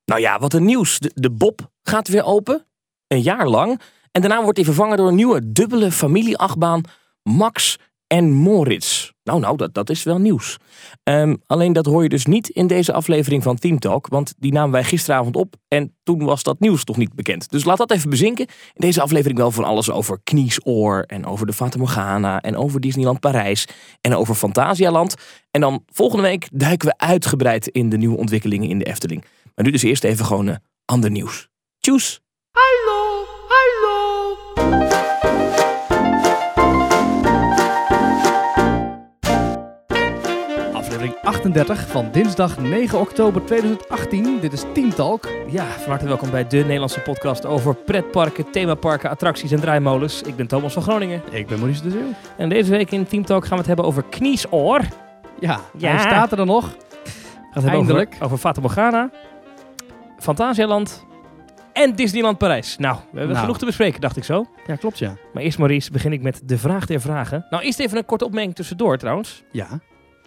Nou ja, wat een nieuws. De Bob gaat weer open. Een jaar lang. En daarna wordt hij vervangen door een nieuwe dubbele familieachtbaan. Max en Moritz. Nou, dat is wel nieuws. Alleen dat hoor je dus niet in deze aflevering van Team Talk. Want die namen wij gisteravond op. En toen was dat nieuws nog niet bekend. Dus laat dat even bezinken. In deze aflevering wel van alles over Kniesoor. En over de Fata Morgana. En over Disneyland Parijs. En over Fantasialand. En dan volgende week duiken we uitgebreid in de nieuwe ontwikkelingen in de Efteling. Maar nu dus eerst even gewoon ander nieuws. Tjoes! Hallo! Aflevering 38 van dinsdag 9 oktober 2018. Dit is Team Talk. Ja, van harte welkom bij de Nederlandse podcast over pretparken, themaparken, attracties en draaimolens. Ik ben Thomas van Groningen. Ik ben Maurice de Zeeuw. En deze week in Team Talk gaan we het hebben over Kniesoor. Ja, hij staat er dan nog. Gaat het eindelijk over Fata Morgana, Fantasialand en Disneyland Parijs. Nou, we hebben genoeg te bespreken, dacht ik zo. Ja, klopt ja. Maar eerst Maurice, begin ik met de vraag der vragen. Nou, eerst even een korte opmerking tussendoor trouwens. Ja.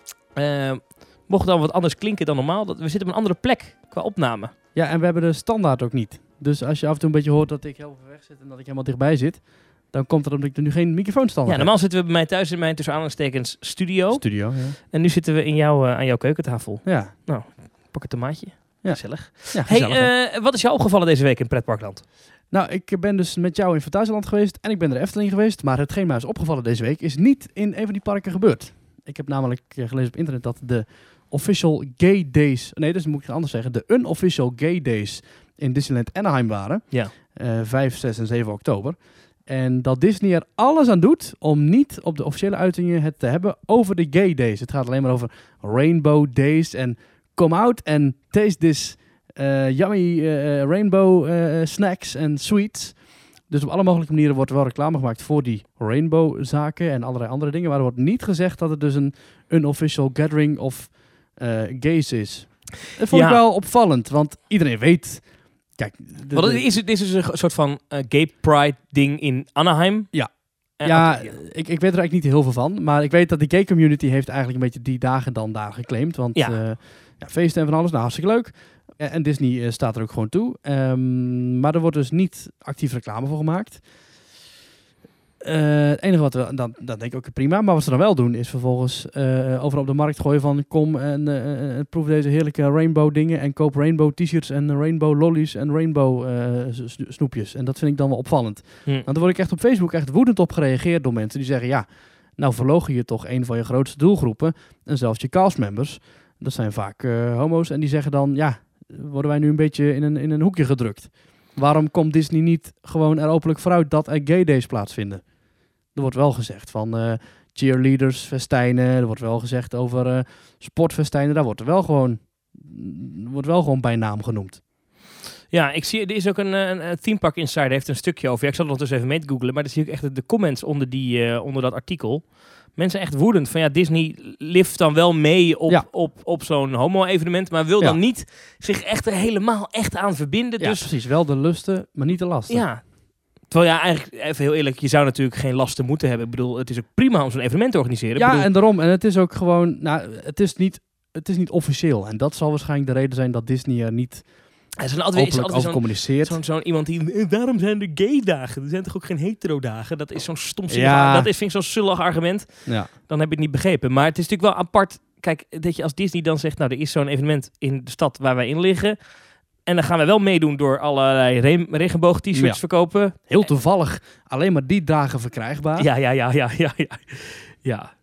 Mocht dan wat anders klinken dan normaal, we zitten op een andere plek qua opname. Ja, en we hebben de standaard ook niet. Dus als je af en toe een beetje hoort dat ik heel ver weg zit en dat ik helemaal dichtbij zit, dan komt het omdat ik er nu geen microfoonstandaard heb. Ja, normaal zitten we bij mij thuis in mijn tussen aanhalingstekens studio. Ja. En nu zitten we in aan jouw keukentafel. Ja. Nou, pak een tomaatje. Ja. Gezellig. Ja, gezellig. Hey, wat is jou opgevallen deze week in Pretparkland? Nou, ik ben dus met jou in Fantasialand geweest en ik ben er Efteling geweest. Maar hetgeen mij is opgevallen deze week is niet in een van die parken gebeurd. Ik heb namelijk gelezen op internet dat de official gay days, nee, dus moet ik anders zeggen, de unofficial gay days in Disneyland Anaheim waren. Ja. 5, 6 en 7 oktober. En dat Disney er alles aan doet om niet op de officiële uitingen het te hebben over de gay days. Het gaat alleen maar over rainbow days en come out and taste this yummy rainbow snacks en sweets. Dus op alle mogelijke manieren wordt er wel reclame gemaakt voor die rainbow zaken en allerlei andere dingen. Maar er wordt niet gezegd dat het dus een unofficial gathering of gays is. Dat vond ik wel opvallend, want iedereen weet... Kijk, dit is dus een soort van gay pride ding in Anaheim. Ja. Ik weet er eigenlijk niet heel veel van. Maar ik weet dat de gay community heeft eigenlijk een beetje die dagen dan daar geclaimd. Want feesten en van alles, nou hartstikke leuk. En Disney staat er ook gewoon toe. Maar er wordt dus niet actief reclame voor gemaakt. Het enige wat we, dan denk ik ook prima. Maar wat ze dan wel doen is vervolgens overal op de markt gooien van kom en proef deze heerlijke rainbow dingen. En koop rainbow t-shirts en rainbow lollies en rainbow snoepjes. En dat vind ik dan wel opvallend. Want dan word ik echt op Facebook echt woedend op gereageerd door mensen die zeggen ja, nou verloochen je toch een van je grootste doelgroepen. En zelfs je castmembers. Dat zijn vaak homo's. En die zeggen dan ja, worden wij nu een beetje in een hoekje gedrukt. Waarom komt Disney niet gewoon er openlijk vooruit dat er gay days plaatsvinden? Er wordt wel gezegd van cheerleaders, festijnen. Er wordt wel gezegd over sportfestijnen. Daar wordt wel gewoon bij naam genoemd. Ja, ik zie, er is ook een Theme Park Insider heeft een stukje over. Ja, ik zal het nog eens even mee te googlen. Maar dan zie ik echt de comments onder dat artikel. Mensen echt woedend van ja, Disney lift dan wel mee op zo'n homo-evenement, maar wil dan niet zich echt er helemaal echt aan verbinden. Ja, dus precies. Wel de lusten, maar niet de lasten. Ja. Terwijl ja, eigenlijk even heel eerlijk, je zou natuurlijk geen lasten moeten hebben. Ik bedoel, het is ook prima om zo'n evenement te organiseren. Ja, en daarom. En het is ook gewoon, het is niet officieel. En dat zal waarschijnlijk de reden zijn dat Disney er niet openlijk over communiceert. Zo'n iemand die, daarom zijn er gay dagen. Er zijn toch ook geen hetero dagen? Dat is zo'n stom, vind ik zo'n zullig argument. Ja. Dan heb je het niet begrepen. Maar het is natuurlijk wel apart. Kijk, dat je als Disney dan zegt, nou, er is zo'n evenement in de stad waar wij in liggen. En dan gaan we wel meedoen door allerlei regenboog-t-shirts verkopen. Heel toevallig alleen maar die dagen verkrijgbaar. Ja.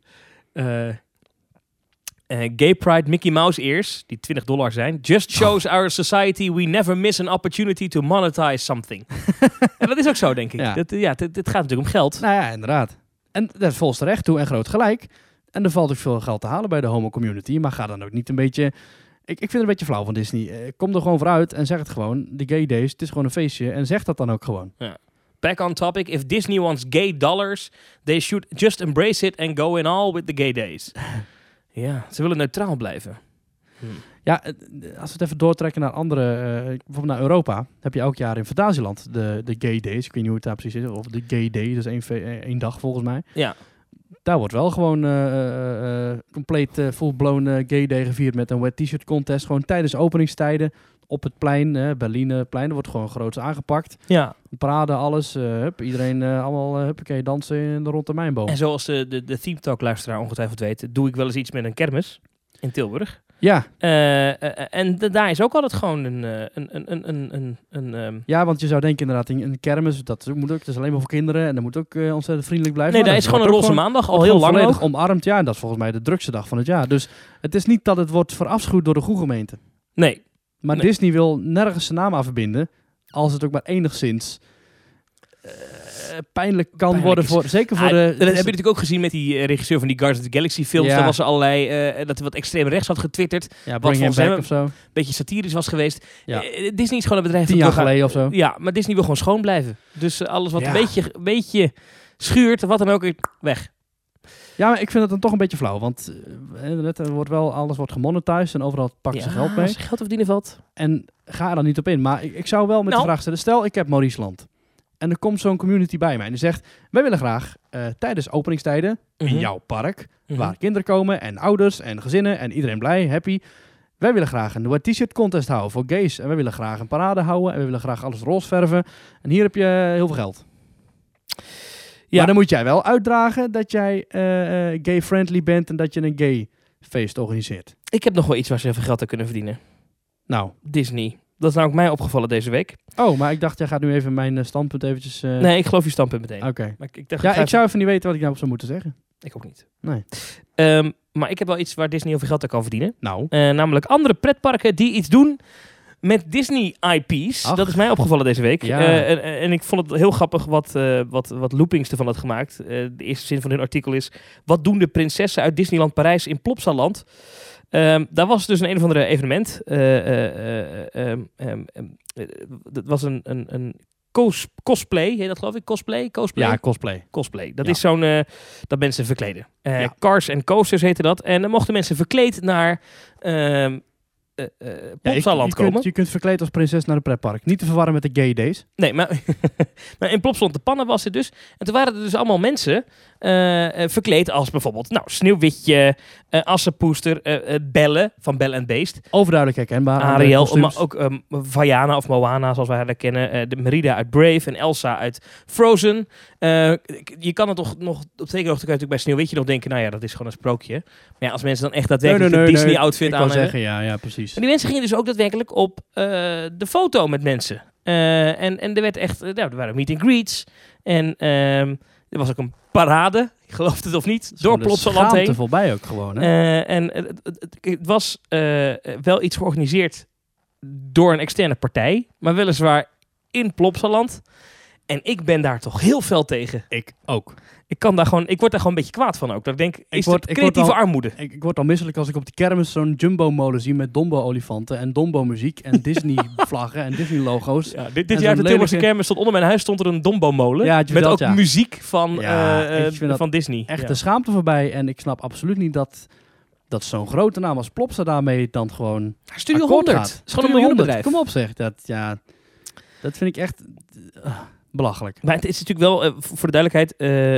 Gay Pride Mickey Mouse ears, die $20 zijn. Just shows our society we never miss an opportunity to monetize something. En dat is ook zo, denk ik. Ja. Het gaat natuurlijk om geld. Nou ja, inderdaad. En dat is volgens terecht toe en groot gelijk. En er valt ook veel geld te halen bij de homo-community. Maar ga dan ook niet een beetje... Ik vind het een beetje flauw van Disney. Kom er gewoon vooruit en zeg het gewoon. De gay days, het is gewoon een feestje. En zeg dat dan ook gewoon. Ja. Back on topic. If Disney wants gay dollars, they should just embrace it and go in all with the gay days. Ja, ze willen neutraal blijven. Ja, als we het even doortrekken naar andere... bijvoorbeeld naar Europa, heb je elk jaar in Fantasieland de gay days. Ik weet niet hoe het daar precies is. Of de gay day, dat is één dag volgens mij. Ja. Daar wordt wel gewoon compleet full-blown gay day gevierd met een wet t-shirt contest. Gewoon tijdens openingstijden op het plein, Berlineplein, er wordt gewoon groots aangepakt. Ja. Parade, alles. Iedereen allemaal huppakee, dansen in de rond de mijnboom. En zoals de Theme Talk luisteraar ongetwijfeld weet, doe ik wel eens iets met een kermis in Tilburg. Ja. En daar is ook altijd gewoon een Ja, want je zou denken inderdaad, een kermis, dat moet ook, dat is alleen maar voor kinderen en dat moet ook ontzettend vriendelijk blijven. Nee, Maar daar is gewoon een wordt roze ook maandag, al wordt heel gewoon lang volledig ook. omarmd, ja, en dat is volgens mij de drukste dag van het jaar. Dus het is niet dat het wordt verafschuwd door de goede gemeente. Nee. Maar Nee. Disney wil nergens zijn naam aan verbinden, als het ook maar enigszins pijnlijk kan worden, zeker voor Dat heb je natuurlijk ook gezien met die regisseur van die Guardians of the Galaxy films. Ja. Daar was er allerlei, dat hij wat extreem rechts had getwitterd. ja, wat Bring Him volgens hem Back of zo. Een beetje satirisch was geweest. Ja. Disney is gewoon een bedrijf 10 dat jaar wil gaan- geleden of zo. Ja, maar Disney wil gewoon schoon blijven. Dus alles wat Ja. een beetje schuurt, wat dan ook, weg. Ja, maar ik vind het dan toch een beetje flauw, want alles wordt gemonetized en overal pakken ze geld mee. Als er geld te verdienen valt. En ga er dan niet op in. Maar ik zou wel met Nou. de vraag stellen, stel ik heb Maurice Land. En er komt zo'n community bij mij en die zegt, wij willen graag tijdens openingstijden in jouw park, waar kinderen komen en ouders en gezinnen en iedereen blij, happy. Wij willen graag een t-shirt contest houden voor gays. En wij willen graag een parade houden en we willen graag alles roze verven. En hier heb je heel veel geld. Ja. Maar dan moet jij wel uitdragen dat jij gay-friendly bent en dat je een gay feest organiseert. Ik heb nog wel iets waar ze even geld aan kunnen verdienen. Nou. Disney. Dat is nou ook mij opgevallen deze week. Oh, maar ik dacht, jij gaat nu even mijn standpunt eventjes... Nee, ik geloof je standpunt meteen. Oké. Maar ik dacht, Ja, ik zou even niet weten wat ik nou zou moeten zeggen. Ik ook niet. Nee. Maar ik heb wel iets waar Disney heel veel geld aan kan verdienen. Nou. Namelijk andere pretparken die iets doen met Disney IP's. Ach. Dat is mij opgevallen deze week. Ja. En ik vond het heel grappig wat Loopings ervan had gemaakt. De eerste zin van hun artikel is: wat doen de prinsessen uit Disneyland Parijs in Plopsaland? Daar was dus een of andere evenement. Dat was een cosplay, heet dat geloof ik? Cosplay? Ja, cosplay. Cosplay. Dat Ja. is zo'n dat mensen verkleden. Ja. Cars and Coasters heette dat. En dan mochten mensen verkleed naar Plopsaland komen. Je kunt verkleed als prinses naar een pretpark. Niet te verwarren met de gay days. Nee, maar, maar in Plopsaland de Pannen was het dus. En toen waren er dus allemaal mensen verkleed als bijvoorbeeld Sneeuwwitje, Assepoester, Belle van Belle and Beast. Overduidelijk herkenbaar. aan de Ariel, kostuums. maar ook Vaiana of Moana, zoals wij haar kennen. De Merida uit Brave en Elsa uit Frozen. Je kan het toch nog, op zekere hoogte kan je natuurlijk bij Sneeuwwitje nog denken, nou ja, dat is gewoon een sprookje. Maar ja, als mensen dan echt daadwerkelijk een Disney-outfit aan hebben. zeggen, ja, precies. En die mensen gingen dus ook daadwerkelijk op de foto met mensen. En er werd echt, er waren meet and greets. En er was ook een parade, je gelooft het of niet, door Plopsaland heen. Voorbij ook gewoon, hè? En het was wel iets georganiseerd door een externe partij, maar weliswaar in Plopsaland. En ik ben daar toch heel fel tegen. Ik ook. Ik word daar gewoon een beetje kwaad van ook. Dat ik denk, creatieve armoede. Ik word al misselijk als ik op de kermis zo'n jumbo-molen zie met Dombo-olifanten en Dombo-muziek en Disney-vlaggen en Disney-logo's. Ja, dit jaar de Tilburgse kermis stond onder mijn huis stond er een Dombo-molen. Ja, met ook muziek van van Disney. Echt de schaamte voorbij. En ik snap absoluut niet dat zo'n grote naam als Plopsa daarmee dan gewoon Studio akkoord 100. gaat. Het is gewoon een miljoenenbedrijf. Kom op zeg. Dat vind ik echt belachelijk. Maar het is natuurlijk wel, voor de duidelijkheid,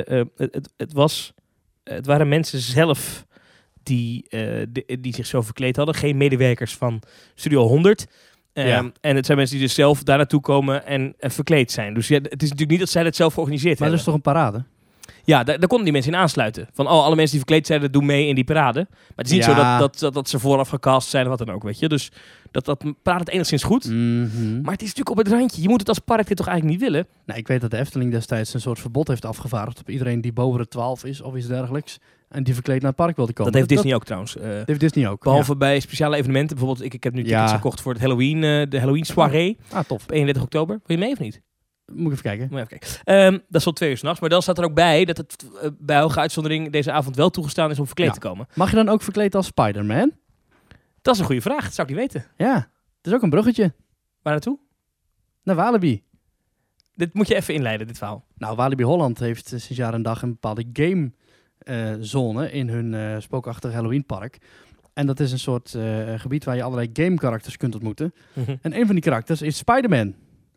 het waren mensen zelf die zich zo verkleed hadden. Geen medewerkers van Studio 100. En het zijn mensen die dus zelf daar naartoe komen en verkleed zijn. Dus ja, het is natuurlijk niet dat zij dat zelf georganiseerd Maar hebben. dat is toch een parade? Ja, daar konden die mensen in aansluiten. Van alle mensen die verkleed zijn, doen mee in die parade. Maar het is niet zo dat ze vooraf gecast zijn of wat dan ook, weet je. Dus dat praat het enigszins goed. Mm-hmm. Maar het is natuurlijk op het randje. Je moet het als park dit toch eigenlijk niet willen? Nou, ik weet dat de Efteling destijds een soort verbod heeft afgevaardigd op iedereen die boven de 12 is of iets dergelijks. En die verkleed naar het park wilde komen. Dat heeft Disney ook trouwens. Dat heeft Disney ook. Behalve bij speciale evenementen. Bijvoorbeeld, ik heb nu tickets gekocht voor het Halloween, de Halloween soirée. Tof. Op 31 oktober. Wil je mee of niet? Moet ik even kijken. Moet even kijken. Dat is tot 2 uur 's nachts. Maar dan staat er ook bij dat het bij hoge uitzondering deze avond wel toegestaan is om verkleed te komen. Mag je dan ook verkleed als Spider-Man? Dat is een goede vraag. Dat zou ik niet weten. Ja, het is ook een bruggetje. Waar naartoe? Naar Walibi. Dit moet je even inleiden, dit verhaal. Nou, Walibi Holland heeft sinds jaar en dag een bepaalde gamezone in hun spookachtige Halloween park. En dat is een soort gebied waar je allerlei game karakters kunt ontmoeten. En een van die karakters is Spider-Man.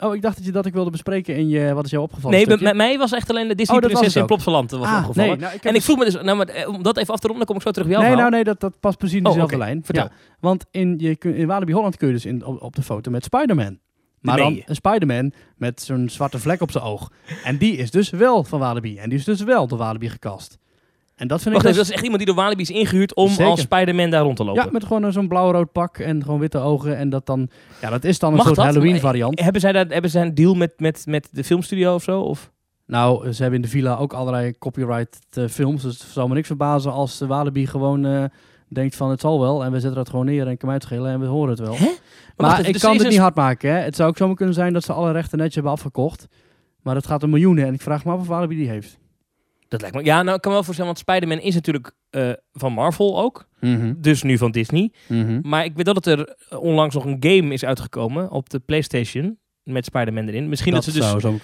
Oh, ik dacht dat ik wilde bespreken in je... Wat is jou opgevallen? Nee, stukje? met mij was echt alleen de Disney-prinses in Plopsaland was opgevallen. Nee, nou, En ik vroeg me dus... Nou, maar, om dat even af te ronden, dan kom ik zo terug bij jou. Nee, dat past precies in dezelfde lijn. Vertel. Ja, want in Walibi Holland kun je dus op de foto met Spider-Man. Maar dan een Spider-Man met zo'n zwarte vlek op zijn oog. En die is dus wel van Walibi. En die is dus wel door Walibi gecast. En dat vind ik dat is echt iemand die door Walibi is ingehuurd om als Spider-Man daar rond te lopen. Ja, met gewoon zo'n blauw-rood pak en gewoon witte ogen. En dat dan... Ja, dat is dan een soort Halloween variant. Hebben zij een deal met de filmstudio of zo? Of? Nou, ze hebben in de villa ook allerlei copyright films. Dus het zou me niks verbazen als Walibi gewoon... denkt van het zal wel en we zetten dat gewoon neer en kan uitschelen en we horen het wel. Hè? Maar ik kan het niet hard maken. Hè? Het zou ook zomaar kunnen zijn dat ze alle rechten netjes hebben afgekocht. Maar het gaat om miljoenen en ik vraag me af of Walibi die heeft. Dat lijkt me... Ja, nou ik kan me wel voorstellen, want Spider-Man is natuurlijk van Marvel ook. Dus nu van Disney. Maar ik weet dat er onlangs nog een game is uitgekomen op de PlayStation met Spider-Man erin. Misschien dat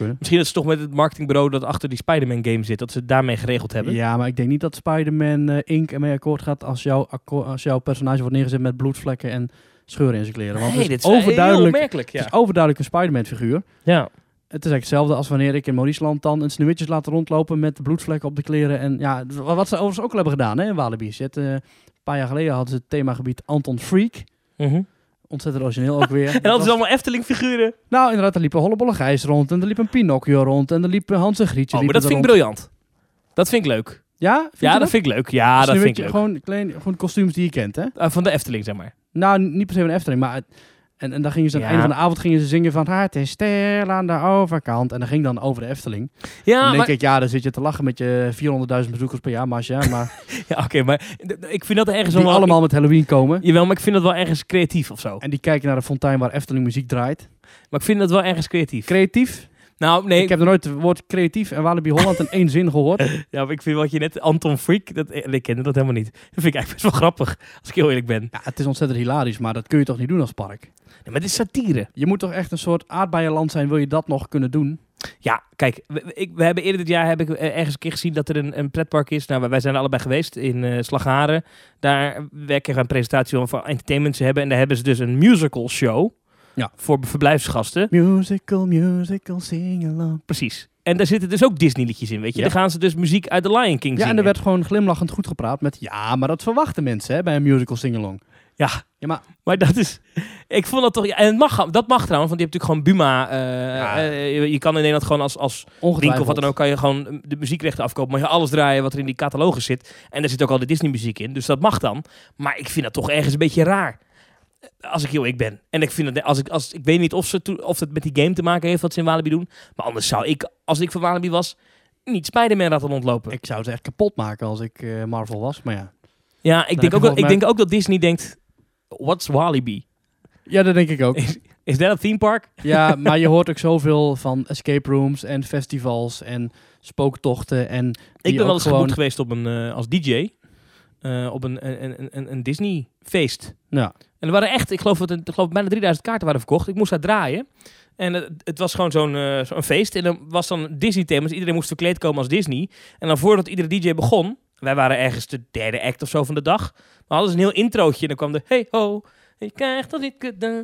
ze toch met het marketingbureau dat achter die Spider-Man game zit, dat ze het daarmee geregeld hebben. Ja, maar ik denk niet dat Spider-Man Inc. ermee akkoord gaat als jouw personage wordt neergezet met bloedvlekken en scheuren in zijn kleren. Want het is overduidelijk, heel opmerkelijk, ja. Het is overduidelijk een Spider-Man figuur. Ja. Het is eigenlijk hetzelfde als wanneer ik in Mauriceland dan een sneeuwwitjes laat rondlopen met bloedvlekken op de kleren. En ja, wat ze overigens ook al hebben gedaan, hè, in Walibi. Een paar jaar geleden hadden ze het themagebied Anton Freak. Ontzettend origineel ook weer. En dat is allemaal Efteling-figuren. Nou, inderdaad, er liep een Hollebolle Gijs rond. En er liep een Pinocchio rond. En er liep Hans en Grietje. Oh, maar dat vind ik briljant. Dat vind ik leuk. Ja? Dat vind ik leuk. Ja, dat vind ik leuk. Gewoon kostuums die je kent, hè? Van de Efteling, zeg maar. Nou, niet per se van de Efteling, maar... En dan gingen ze aan het einde van de avond gingen ze zingen van... Het is stil aan de overkant. En dat ging dan over de Efteling. Ja, dan denk ik, dan zit je te lachen met je 400.000 bezoekers per jaar, Masja. Maar ja, oké, maar ik vind dat ergens... Die allemaal met Halloween komen. Jawel, maar ik vind dat wel ergens creatief of zo. En die kijken naar de fontein waar Efteling muziek draait. Maar ik vind dat wel ergens creatief. Creatief? Nou, nee. Ik heb nog nooit het woord creatief en Walibi Holland in één zin gehoord. Ja, maar ik vind wat je net... Anton Freak, ik kende dat helemaal niet. Dat vind ik eigenlijk best wel grappig, als ik heel eerlijk ben. Ja, het is ontzettend hilarisch, maar dat kun je toch niet doen als park? Nee, maar het is satire. Je moet toch echt een soort aardbeienland zijn, wil je dat nog kunnen doen? Ja, kijk, we hebben eerder dit jaar ergens een keer gezien dat er een pretpark is. Nou, wij zijn er allebei geweest in Slagharen. Daar werken we een presentatie van entertainment ze hebben. En daar hebben ze dus een musical show. Ja. Voor verblijfsgasten. Musical, sing-along. Precies. En daar zitten dus ook Disney-liedjes in, weet je. Ja. Daar gaan ze dus muziek uit The Lion King zingen. Ja, en er werd gewoon glimlachend goed gepraat met... Ja, maar dat verwachten mensen hè, bij een musical sing-along. Ja, maar dat is... Ik vond dat toch... Ja, en dat mag trouwens, want je hebt natuurlijk gewoon Buma. Je kan in Nederland gewoon als winkel of wat dan ook... kan je gewoon de muziekrechten afkopen. Maar je alles draaien wat er in die catalogus zit. En daar zit ook al de Disney-muziek in. Dus dat mag dan. Maar ik vind dat toch ergens een beetje raar. Als ik heel ik ben. En ik vind dat... ik weet niet of het met die game te maken heeft wat ze in Walibi doen. Maar anders zou ik, als ik van Walibi was... niet Spider-Man laten rondlopen. Ik zou ze echt kapot maken als ik Marvel was. Maar ja... Ja, ik denk ook dat Disney denkt... What's Walibi? Ja, dat denk ik ook. Is dat een theme park? Ja, maar je hoort ook zoveel van escape rooms en festivals en spooktochten. En ik ben wel eens geboekt geweest op als DJ op een Disney feest. Ja. En er waren echt, ik geloof bijna 3000 kaarten waren verkocht. Ik moest daar draaien. En het was gewoon zo'n feest. En dan was dan Disney thema. Dus iedereen moest verkleed komen als Disney. En dan voordat iedere DJ begon... Wij waren ergens de derde act of zo van de dag. Maar hadden ze een heel introotje. En dan kwam de... Hey ho, je krijgt dat niet gedaan.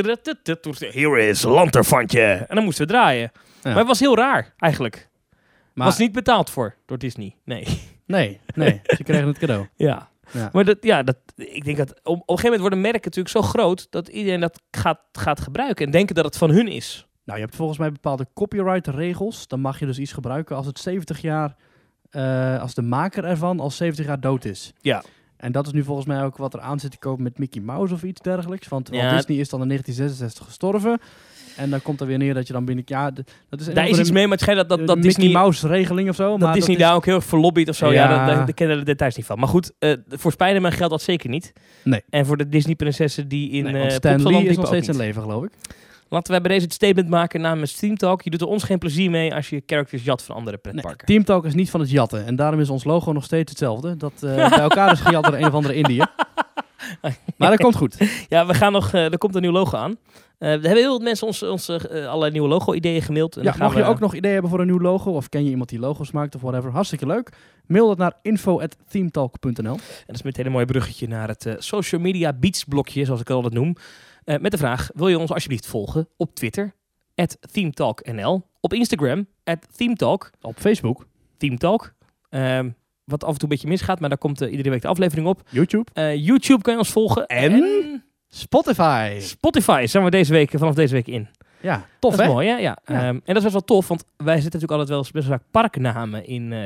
Here is Lanterfantje. En dan moesten we draaien. Ja. Maar het was heel raar, eigenlijk. Maar was niet betaald voor door Disney. Nee. Ze kregen het cadeau. Ja. Maar ik denk dat... Op een gegeven moment worden merken natuurlijk zo groot... dat iedereen dat gaat gebruiken. En denken dat het van hun is. Nou, je hebt volgens mij bepaalde copyright regels. Dan mag je dus iets gebruiken als het 70 jaar... als de maker ervan al 70 jaar dood is. Ja. En dat is nu volgens mij ook wat er aan zit te komen met Mickey Mouse of iets dergelijks. Want Walt Disney is dan in 1966 gestorven. En dan komt er weer neer dat je dan binnen... Ja, dat is daar is iets mee, maar het schijnt dat Mickey Disney... Mouse regeling of zo. Dat maar Disney daar ook heel erg voor lobbyt of zo. Ja, daar kennen we de details niet van. Maar goed, voor Spider-Man geldt dat zeker niet. Nee. En voor de Disney-prinsessen die in... Stan Lee is nog steeds in leven, geloof ik. Laten we bij deze het statement maken namens Team Talk. Je doet er ons geen plezier mee als je characters jat van andere pretparken. Nee, Team Talk is niet van het jatten. En daarom is ons logo nog steeds hetzelfde. Dat bij elkaar is gejat door een of andere Indiër. Maar dat komt goed. Ja, we gaan nog... er komt een nieuw logo aan. We hebben heel veel mensen ons allerlei nieuwe logo-ideeën gemaild. En ja, mocht je ook nog ideeën hebben voor een nieuw logo... of ken je iemand die logo's maakt of whatever... hartstikke leuk. Mail dat naar info@themetalk.nl. En dat is met een hele mooie bruggetje naar het social media beats blokje, zoals ik het altijd noem. Met de vraag, wil je ons alsjeblieft volgen op Twitter? @themetalknl. Op Instagram, @themetalk. Op Facebook. Themetalk. Wat af en toe een beetje misgaat, maar daar komt iedere week de aflevering op. YouTube. YouTube kan je ons volgen. En Spotify. Spotify zijn we vanaf deze week in. Ja, tof Dat is hè? mooi, hè? Ja. Ja. En dat is best wel tof, want wij zitten natuurlijk altijd wel eens best wel vaak parknamen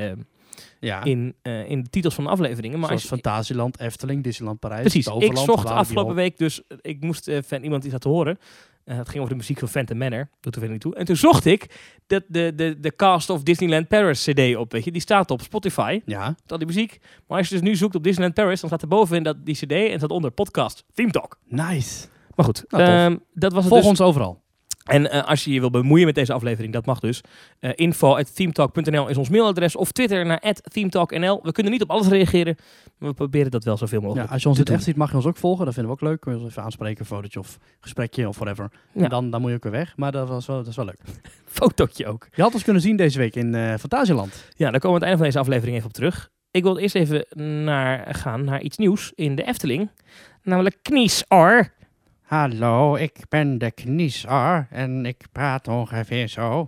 in de titels van de afleveringen. Maar Zoals Fantasieland, Efteling, Disneyland Parijs, precies, Toverland, ik zocht Walibi afgelopen Holland. week, dus ik moest iemand iets laten horen. Het ging over de muziek van Phantom Manor. Doet er verder niet toe. En toen zocht ik de Cast of Disneyland Paris CD op. Weet je? Die staat op Spotify. Ja. Al die muziek. Maar als je dus nu zoekt op Disneyland Paris, dan staat er bovenin die CD en staat onder podcast Theme Talk. Nice. Maar goed, Nou, dat was het Volg dus. ons overal. En als je je wil bemoeien met deze aflevering, dat mag dus. info@themetalk.nl is ons mailadres. Of Twitter naar @themetalknl. We kunnen niet op alles reageren, maar we proberen dat wel zoveel mogelijk Ja, als je ons te in het echt doen. ziet, mag je ons ook volgen. Dat vinden we ook leuk. Kun je ons even aanspreken, een fotootje of gesprekje of whatever. Ja. En dan moet je ook weer weg. Maar dat is wel leuk. Fotootje ook. Je had ons kunnen zien deze week in Fantasieland. Ja, daar komen we aan het einde van deze aflevering even op terug. Ik wil eerst even gaan naar iets nieuws in de Efteling. Namelijk Kniesar. Hallo, ik ben de Kniesar en ik praat ongeveer zo.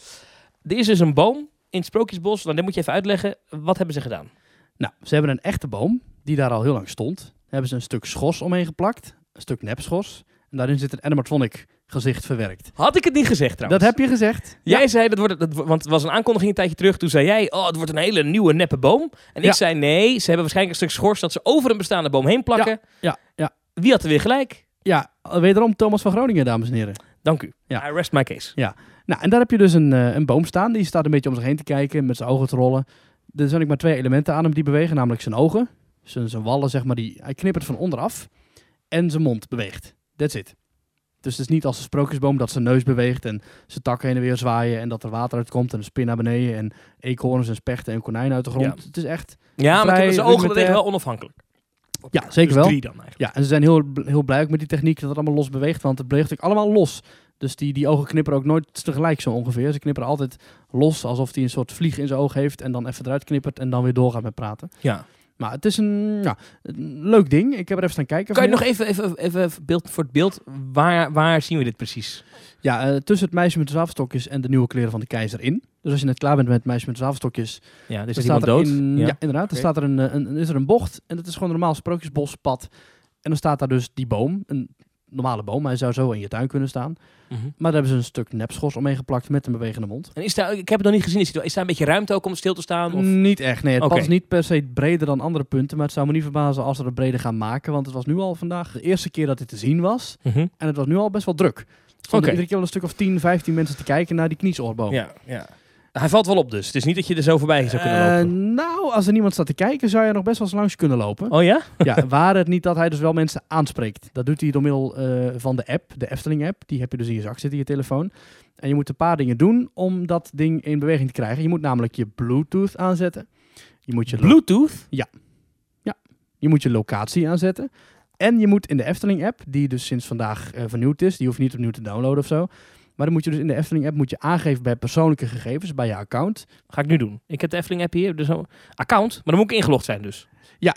Er is dus een boom in het Sprookjesbos. Nou, dat moet je even uitleggen. Wat hebben ze gedaan? Nou, ze hebben een echte boom die daar al heel lang stond. Daar hebben ze een stuk schors omheen geplakt. Een stuk nepschors. En daarin zit een animatronic gezicht verwerkt. Had ik het niet gezegd trouwens? Dat heb je gezegd. Jij zei, want het was een aankondiging een tijdje terug. Toen zei jij, het wordt een hele nieuwe neppe boom. En Ja. ik zei, nee, ze hebben waarschijnlijk een stuk schors dat ze over een bestaande boom heen plakken. Ja. Wie had er weer gelijk? Ja, wederom Thomas van Groningen, dames en heren. Dank u. Ja. I rest my case. Nou, en daar heb je dus een boom staan. Die staat een beetje om zich heen te kijken, met zijn ogen te rollen. Er zijn ook maar 2 elementen aan hem die bewegen, namelijk zijn ogen. Zijn wallen, zeg maar, hij knippert van onderaf. En zijn mond beweegt. That's it. Dus het is niet als een sprookjesboom dat zijn neus beweegt en zijn takken heen en weer zwaaien en dat er water uitkomt en een spin naar beneden en eekhoorns en spechten en konijnen uit de grond. Ja. Het is echt... Ja, maar Vrij zijn ogen rudimentair. bewegen wel onafhankelijk. Ja, zeker Dus wel. 3 dan eigenlijk. Ja, en ze zijn heel blij ook met die techniek dat het allemaal los beweegt, want het beweegt ook allemaal los. Dus die ogen knipperen ook nooit tegelijk zo ongeveer. Ze knipperen altijd los, alsof hij een soort vlieg in zijn oog heeft en dan even eruit knippert en dan weer doorgaat met praten. Ja. Maar het is een leuk ding. Ik heb er even staan kijken. Kan je nog vanmiddag. even beeld voor het beeld, waar zien we dit precies? Ja, tussen het meisje met de zwavelstokjes en de nieuwe kleren van de keizer in. Dus als je net klaar bent met het meisje met de zwavelstokjes, Ja, er dan is iemand staat er dood. ja, inderdaad. Dan staat er is er een bocht en dat is gewoon een normaal sprookjesbospad. En dan staat daar dus die boom, een normale boom. Hij zou zo in je tuin kunnen staan. Mhm. Maar daar hebben ze een stuk nepschors omheen geplakt met een bewegende mond. En ik heb het nog niet gezien. Is daar een beetje ruimte ook om stil te staan? Of? Niet echt, nee. Het Oké. pad is niet per se breder dan andere punten. Maar het zou me niet verbazen als ze het breder gaan maken. Want het was nu al vandaag de eerste keer dat dit te zien was. Mhm. En het was nu al best wel druk. Er stonden Oké. iedere keer wel een stuk of 10, 15 mensen te kijken naar die kniesoorboom. Ja. Hij valt wel op dus. Het is niet dat je er zo voorbij zou kunnen lopen. Nou, als er niemand staat te kijken, zou je nog best wel eens langs kunnen lopen. Oh ja? Ja, waar het niet dat hij dus wel mensen aanspreekt. Dat doet hij door middel van de app, de Efteling-app. Die heb je dus in je zak zitten, in je telefoon. En je moet een paar dingen doen om dat ding in beweging te krijgen. Je moet namelijk je Bluetooth aanzetten. Je moet je Bluetooth? Je moet je locatie aanzetten. En je moet in de Efteling-app, die dus sinds vandaag vernieuwd is, die hoef je niet opnieuw te downloaden of zo. Maar dan moet je dus in de Efteling-app aangeven bij persoonlijke gegevens, bij je account. Ga ik nu doen. Ik heb de Efteling-app hier. Dus een account. Maar dan moet ik ingelogd zijn dus. Ja,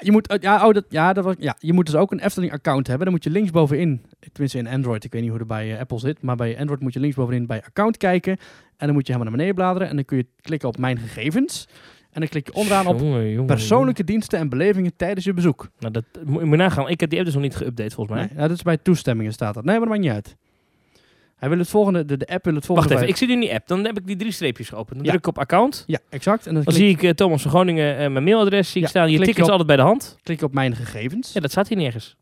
je moet dus ook een Efteling-account hebben. Dan moet je linksbovenin, tenminste in Android, ik weet niet hoe het bij Apple zit, maar bij Android moet je linksbovenin bij account kijken. En dan moet je helemaal naar beneden bladeren en dan kun je klikken op mijn gegevens. En dan klik je onderaan op Jongen. persoonlijke diensten en belevingen tijdens je bezoek. Nou, dat moet je nagaan. Ik heb die app dus nog niet geüpdate volgens mij. Nee, dat is bij toestemmingen staat dat. Nee, maar dat maakt niet uit. Hij wil het volgende, de app wil het volgende. Wacht even, ik zit in die app. Dan heb ik die 3 streepjes geopend. Dan Ja. druk ik op account. Ja, exact. En dan Dan klik, zie ik Thomas van Groningen mijn mailadres zie ik Ja, staan. Je klik tickets op- altijd bij de hand. klik op mijn gegevens. Ja, dat staat hier nergens.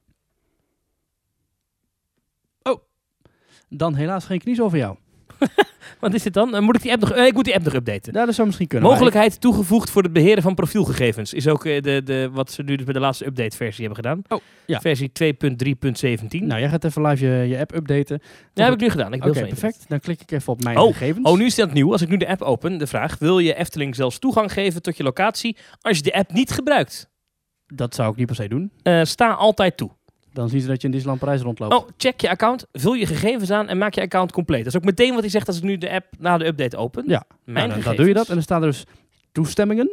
Dan helaas geen kniezel voor jou. Wat is dit dan? Moet ik die app nog... ik moet die app nog updaten. Ja, dat zou misschien kunnen. Mogelijkheid toegevoegd voor het beheren van profielgegevens. Is ook wat ze nu dus bij de laatste update versie hebben gedaan. Oh, ja. Versie 2.3.17. Nou, jij gaat even live je app updaten. dat heb ik nu gedaan. Ik Oké, beeld van perfect. Dan klik ik even op mijn Oh, gegevens. Oh, nu is dat nieuw. Als ik nu de app open, de vraag... Wil je Efteling zelfs toegang geven tot je locatie als je de app niet gebruikt? Dat zou ik niet per se doen. Sta altijd toe. Dan zien ze dat je in Disneyland Parijs rondloopt. Oh, check je account, vul je gegevens aan en maak je account compleet. Dat is ook meteen wat hij zegt als ik nu de app na de update open. Ja. Mijn Nou, dan gegevens. doe je dat en dan staan er dus toestemmingen.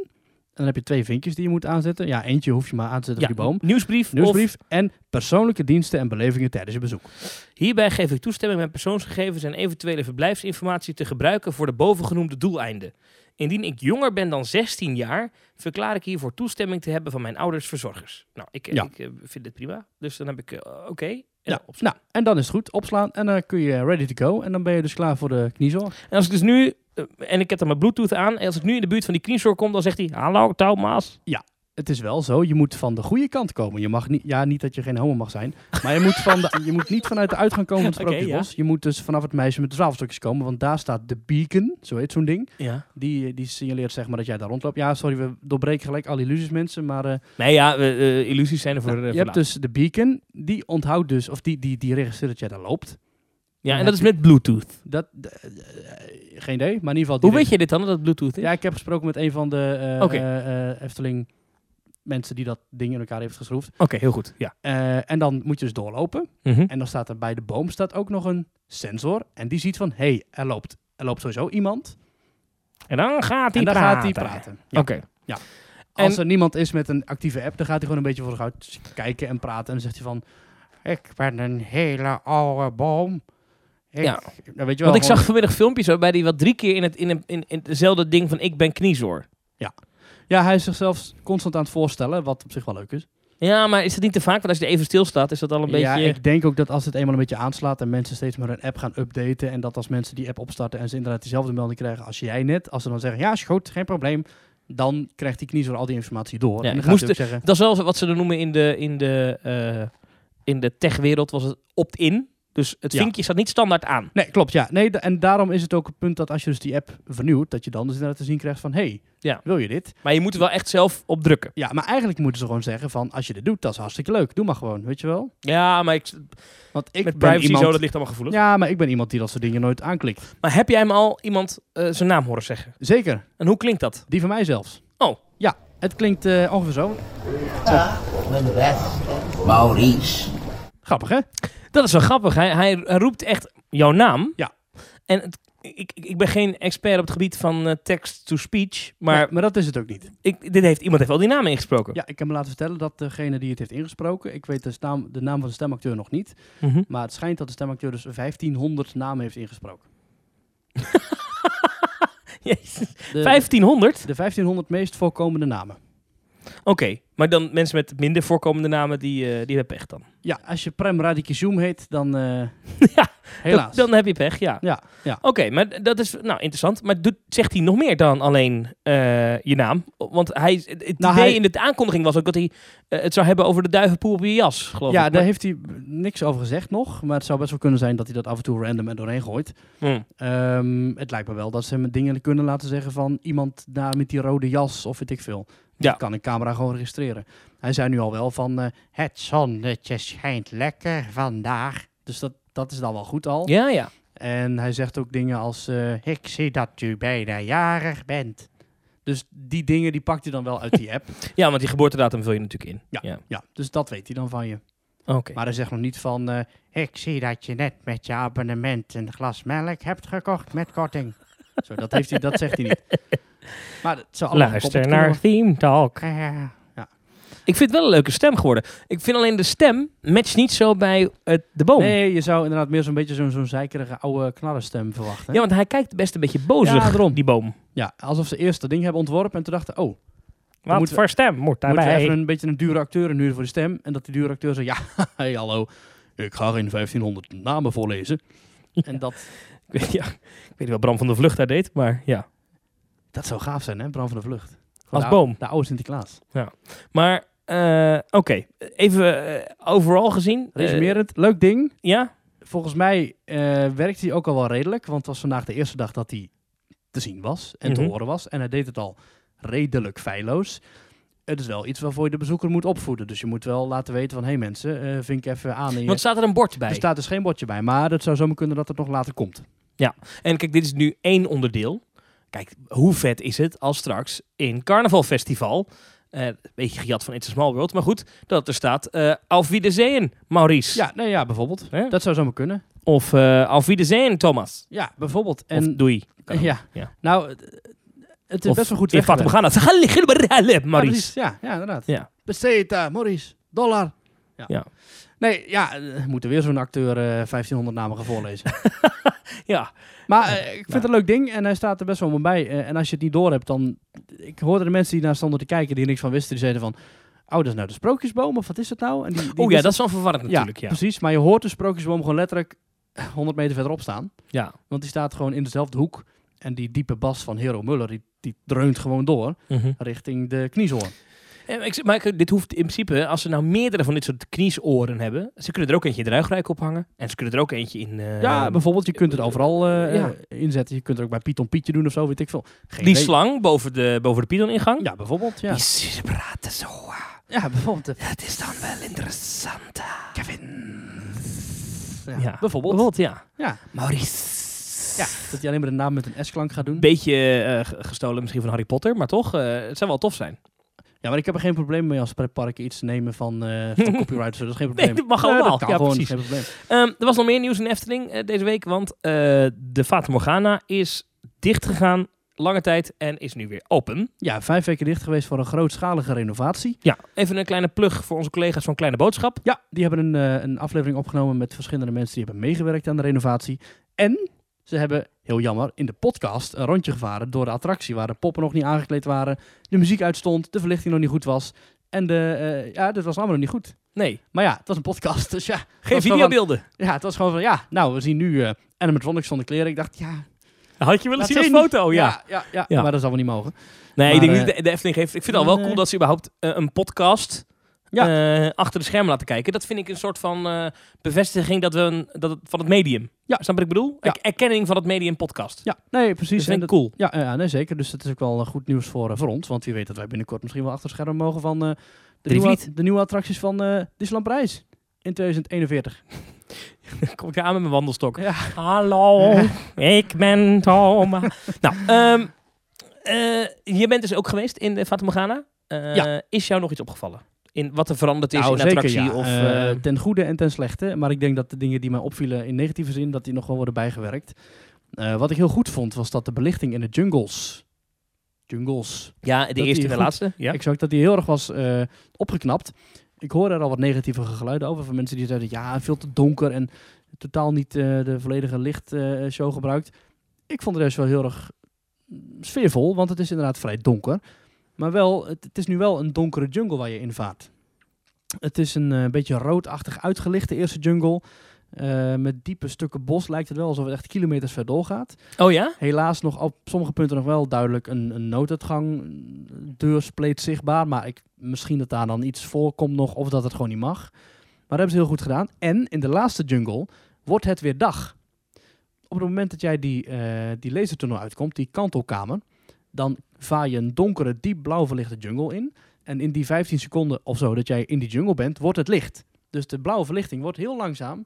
dan heb je 2 vinkjes die je moet aanzetten. Ja, eentje hoef je maar aan te zetten op die boom. Nieuwsbrief. En persoonlijke diensten en belevingen tijdens je bezoek. Hierbij geef ik toestemming mijn persoonsgegevens en eventuele verblijfsinformatie te gebruiken voor de bovengenoemde doeleinden. Indien ik jonger ben dan 16 jaar, verklaar ik hiervoor toestemming te hebben van mijn ouders verzorgers. Nou, ik vind dit prima. Dus dan heb ik oké. Nou, en dan is het goed. Opslaan en dan kun je ready to go. En dan ben je dus klaar voor de kniezorg. En als ik dus nu, en ik heb dan mijn Bluetooth aan, en als ik nu in de buurt van die kniezorg kom, dan zegt hij, hallo Thomas. Ja, het is wel zo. Je moet van de goede kant komen. Je mag niet, niet dat je geen homo mag zijn, maar je moet niet vanuit de uitgang komen van het Sprookjesbos. Je moet dus vanaf het meisje met de zwavelstokjes komen, want daar staat de beacon, zo heet zo'n ding. Ja. Die signaleert zeg maar dat jij daar rondloopt. Ja, sorry, we doorbreken gelijk alle illusies mensen, maar... illusies zijn er voor... je hebt dus de beacon, die onthoudt dus, of die registreert dat jij daar loopt. Ja, en dat is met Bluetooth. Geen idee, maar in ieder geval... Hoe weet je dit dan, dat het Bluetooth is? Ja, ik heb gesproken met een van de Efteling mensen die dat ding in elkaar heeft geschroefd. Oké, heel goed. Ja. En dan moet je dus doorlopen. Mm-hmm. En dan staat er bij de boom ook nog een sensor. En die ziet van, er loopt sowieso iemand. En dan gaat hij praten. Ja. Oké. Ja. Als er niemand is met een actieve app, dan gaat hij gewoon een beetje voor zich uit kijken en praten. En dan zegt hij van, ik ben een hele oude boom. Nou, weet je wel, want ik zag vanmiddag filmpjes waarbij hij 3 keer in hetzelfde ding van ik ben kniezoor. Ja, hij is zichzelf constant aan het voorstellen, wat op zich wel leuk is. Ja, maar is het niet te vaak? Want als je er even stilstaat, is dat al een beetje... Ja, ik denk ook dat als het eenmaal een beetje aanslaat en mensen steeds maar hun app gaan updaten en dat als mensen die app opstarten en ze inderdaad diezelfde melding krijgen als jij net, als ze dan zeggen, ja, is goed, geen probleem, dan krijgt die kniezer al die informatie door. Ja, en dan gaat hij ook zeggen... Dat is wel wat ze dan noemen in de techwereld, was het opt-in. Dus het vinkje staat niet standaard aan. Nee, klopt, ja. Nee, en daarom is het ook het punt dat als je dus die app vernieuwt, dat je dan dus inderdaad te zien krijgt van, wil je dit? Maar je moet er wel echt zelf op drukken. Ja, maar eigenlijk moeten ze gewoon zeggen van, als je dit doet, dat is hartstikke leuk. Doe maar gewoon, weet je wel? Ja, maar Want ik met ben privacy iemand, zo, dat ligt allemaal gevoelig. Ja, maar ik ben iemand die dat soort dingen nooit aanklikt. Maar heb jij hem al iemand zijn naam horen zeggen? Zeker. En hoe klinkt dat? Die van mij zelfs. Oh. Ja, het klinkt ongeveer zo. Mijn beste Maurice. Grappig, hè? Dat is wel grappig. Hij roept echt jouw naam. Ja. En ik ben geen expert op het gebied van text-to-speech, maar dat is het ook niet. Iemand heeft wel die naam ingesproken. Ja, ik heb me laten vertellen dat degene die het heeft ingesproken, ik weet de naam van de stemacteur nog niet, maar het schijnt dat de stemacteur dus 1500 namen heeft ingesproken. Jezus. 1500? De 1500 meest voorkomende namen. Oké, maar dan mensen met minder voorkomende namen, die hebben pech dan. Ja, als je Prem Radikizum heet, dan helaas. Dan heb je pech, ja. Ja. Oké, maar dat is interessant. Maar zegt hij nog meer dan alleen je naam? Want het idee in de aankondiging was ook dat hij het zou hebben over de duivenpoel op je jas, geloof ik. Ja, daar heeft hij niks over gezegd nog. Maar het zou best wel kunnen zijn dat hij dat af en toe random er doorheen gooit. Het lijkt me wel dat ze hem dingen kunnen laten zeggen van iemand daar met die rode jas of weet ik veel. Dat kan een camera gewoon registreren. Hij zei nu al wel van het zonnetje schijnt lekker vandaag. Dus dat is dan wel goed al. Ja. En hij zegt ook dingen als ik zie dat u bijna jarig bent. Dus die dingen die pakt hij dan wel uit die app. Ja, want die geboortedatum vul je natuurlijk in. Ja, dus dat weet hij dan van je. Oké. Maar hij zegt nog niet van ik zie dat je net met je abonnement een glas melk hebt gekocht met korting. Zo, dat zegt hij niet. Maar het zou luister naar Theme Talk. Ja. Ik vind het wel een leuke stem geworden. Ik vind alleen de stem matcht niet zo bij de boom. Nee, je zou inderdaad meer zo'n beetje zo'n zeikerige oude knarrenstem verwachten. Ja, want hij kijkt best een beetje bozig, die boom. Ja, alsof ze eerst dat ding hebben ontworpen en toen dachten, wat voor stem moet daarbij? Moeten we even een beetje een dure acteur inhuren voor de stem. En dat die dure acteur zei, hey, hallo, ik ga geen 1500 namen voorlezen. Ja. En dat... Ik weet niet wat Bram van der Vlucht daar deed, maar ja. Dat zou gaaf zijn, hè, Bram van der Vlucht. Als boom. De oude Sinterklaas. Ja. Maar, oké. Even overal gezien. Resumerend, leuk ding. Ja? Volgens mij werkt hij ook al wel redelijk. Want het was vandaag de eerste dag dat hij te zien was en te horen was. En hij deed het al redelijk feilloos. Het is wel iets waarvoor je de bezoeker moet opvoeden. Dus je moet wel laten weten van, hey mensen, vink even aan. Want staat er een bord bij? Er staat dus geen bordje bij. Maar het zou zomaar kunnen dat het nog later komt. Ja, en kijk, dit is nu 1 onderdeel. Kijk, hoe vet is het als straks in Carnavalfestival, een beetje gejat van It's a Small World, maar goed, dat er staat Auf Wiedersehen, Maurice. Ja, bijvoorbeeld. Dat zou zomaar kunnen. Of Auf Wiedersehen, Thomas. Ja, bijvoorbeeld. Of doei. Ja. Nou, Het is Of best wel goed in Fata weggewerkt. Morgana. Maurice. Ja, inderdaad. Ja. Peseta, Maurice, dollar. Ja. Nee, we moeten weer zo'n acteur 1500 namen gaan voorlezen. Ja. Maar ik vind het een leuk ding en hij staat er best wel bij. En als je het niet door hebt, dan... Ik hoorde de mensen die naar stonden te kijken, die er niks van wisten, die zeiden van... Oh, dat is nou de sprookjesboom, of wat is het nou? En die Dat is wel verwarrend natuurlijk. Ja, precies. Maar je hoort de sprookjesboom gewoon letterlijk 100 meter verderop staan. Ja. Want die staat gewoon in dezelfde hoek. En die diepe bas van Hero Muller, die dreunt gewoon door richting de kniezoor. Maar dit hoeft in principe, als ze nou meerdere van dit soort kniesoren hebben, ze kunnen er ook eentje in de ruigrijk ophangen. En ze kunnen er ook eentje in... bijvoorbeeld, je kunt het overal inzetten. Je kunt het ook bij Python Pietje doen of zo, weet ik veel. Die slang boven de Python-ingang. Ja, bijvoorbeeld, ja. Die praten zo. Ja, bijvoorbeeld. Het is dan wel interessant. Kevin. Ja, bijvoorbeeld. Ja. Maurice. Ja, dat hij alleen maar de naam met een S-klank gaat doen. Beetje gestolen misschien van Harry Potter, maar toch, het zou wel tof zijn. Ja, maar ik heb er geen probleem mee als pretparken iets te nemen van copyright. Dat is geen probleem. Nee, dat mag allemaal. Dat kan gewoon, precies. geen probleem. Er was nog meer nieuws in Efteling deze week, want de Fata Morgana is dichtgegaan lange tijd en is nu weer open. Ja, 5 weken dicht geweest voor een grootschalige renovatie. Ja, even een kleine plug voor onze collega's van Kleine Boodschap. Ja, die hebben een aflevering opgenomen met verschillende mensen die hebben meegewerkt aan de renovatie. En ze hebben, heel jammer, in de podcast een rondje gevaren door de attractie waar de poppen nog niet aangekleed waren, de muziek uitstond, de verlichting nog niet goed was en dit was allemaal nog niet goed. Nee. Maar ja, het was een podcast, dus ja. Geen videobeelden. Het was gewoon van, we zien nu animatronics zonder kleren. Ik dacht, had je willen zien als foto, ja. Ja, maar dat zal wel niet mogen. Nee, maar, ik denk niet de Efteling heeft... Ik vind het al wel cool dat ze überhaupt een podcast achter de schermen laten kijken. Dat vind ik een soort van bevestiging van het medium. Ja. Snap wat ik bedoel? Ja. Erkenning van het medium podcast. Ja, nee, precies. Dat vind ik cool. Ja, nee, zeker. Dus dat is ook wel goed nieuws voor ons. Want wie weet dat wij binnenkort misschien wel achter schermen mogen van de nieuwe attracties van Disneyland Parijs in 2041. Dan kom ik aan met mijn wandelstok. Ja. Hallo, ik ben Thomas. Nou, je bent dus ook geweest in de Fata Morgana. Is jou nog iets opgevallen? In wat er veranderd is in de zeker, attractie? Ja. Of, ten goede en ten slechte. Maar ik denk dat de dingen die mij opvielen in negatieve zin, dat die nog wel worden bijgewerkt. Wat ik heel goed vond, was dat de belichting in de jungles. Ja, de eerste en de laatste. Ja. Exact, dat die heel erg was opgeknapt. Ik hoorde er al wat negatieve geluiden over van mensen die zeiden, veel te donker en totaal niet de volledige lichtshow gebruikt. Ik vond het juist wel heel erg sfeervol, want het is inderdaad vrij donker. Maar wel, het is nu wel een donkere jungle waar je in vaart. Het is een beetje roodachtig uitgelichte eerste jungle. Met diepe stukken bos lijkt het wel alsof het echt kilometers ver doorgaat. Oh ja? Helaas nog op sommige punten nog wel duidelijk een nooduitgang, deurspleet zichtbaar. Maar misschien dat daar dan iets voorkomt nog of dat het gewoon niet mag. Maar dat hebben ze heel goed gedaan. En in de laatste jungle wordt het weer dag. Op het moment dat jij die lasertunnel uitkomt, die kantelkamer, dan vaar je een donkere, diep blauw verlichte jungle in. En in die 15 seconden of zo dat jij in die jungle bent, wordt het licht. Dus de blauwe verlichting wordt heel langzaam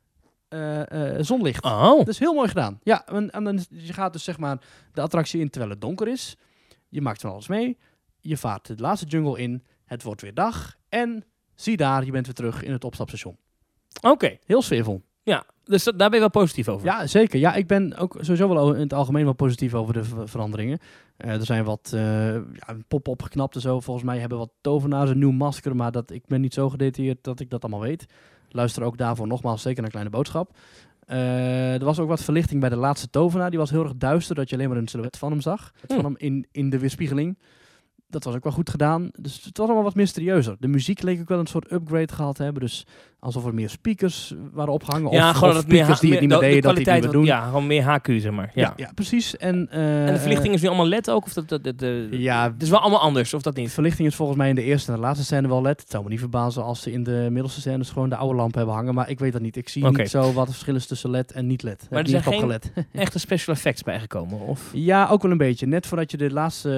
zonlicht. Oh. Dat is heel mooi gedaan. Ja, en dan, je gaat dus zeg maar de attractie in terwijl het donker is. Je maakt van alles mee. Je vaart de laatste jungle in. Het wordt weer dag. En zie daar, je bent weer terug in het opstapstation. Oké. Heel sfeervol. Ja, dus daar ben je wel positief over. Ja, zeker. Ja, ik ben ook sowieso wel in het algemeen wel positief over de veranderingen. Er zijn wat poppen opgeknapt en zo. Volgens mij hebben wat tovenaars een nieuw masker, maar ik ben niet zo gedetailleerd dat ik dat allemaal weet. Luister ook daarvoor nogmaals zeker naar Kleine Boodschap. Er was ook wat verlichting bij de laatste tovenaar. Die was heel erg duister, dat je alleen maar een silhouet van hem zag. Van hem in de weerspiegeling. Dat was ook wel goed gedaan. Dus het was allemaal wat mysterieuzer. De muziek leek ook wel een soort upgrade gehad te hebben. Dus alsof er meer speakers waren opgehangen. Ja, of gewoon dat speakers die het niet meer deden, dat die het niet meer doen. Ja, gewoon meer HQ, zeg maar. Ja, precies. En de verlichting is nu allemaal LED ook? Of ja, het is wel allemaal anders, of dat niet? De verlichting is volgens mij in de eerste en de laatste scène wel LED. Het zou me niet verbazen als ze in de middelste scènes gewoon de oude lampen hebben hangen. Maar ik weet dat niet. Ik zie niet zo wat het verschil is tussen LED en niet LED. Maar er zijn geen echte special effects bijgekomen? Of? Ja, ook wel een beetje. Net voordat je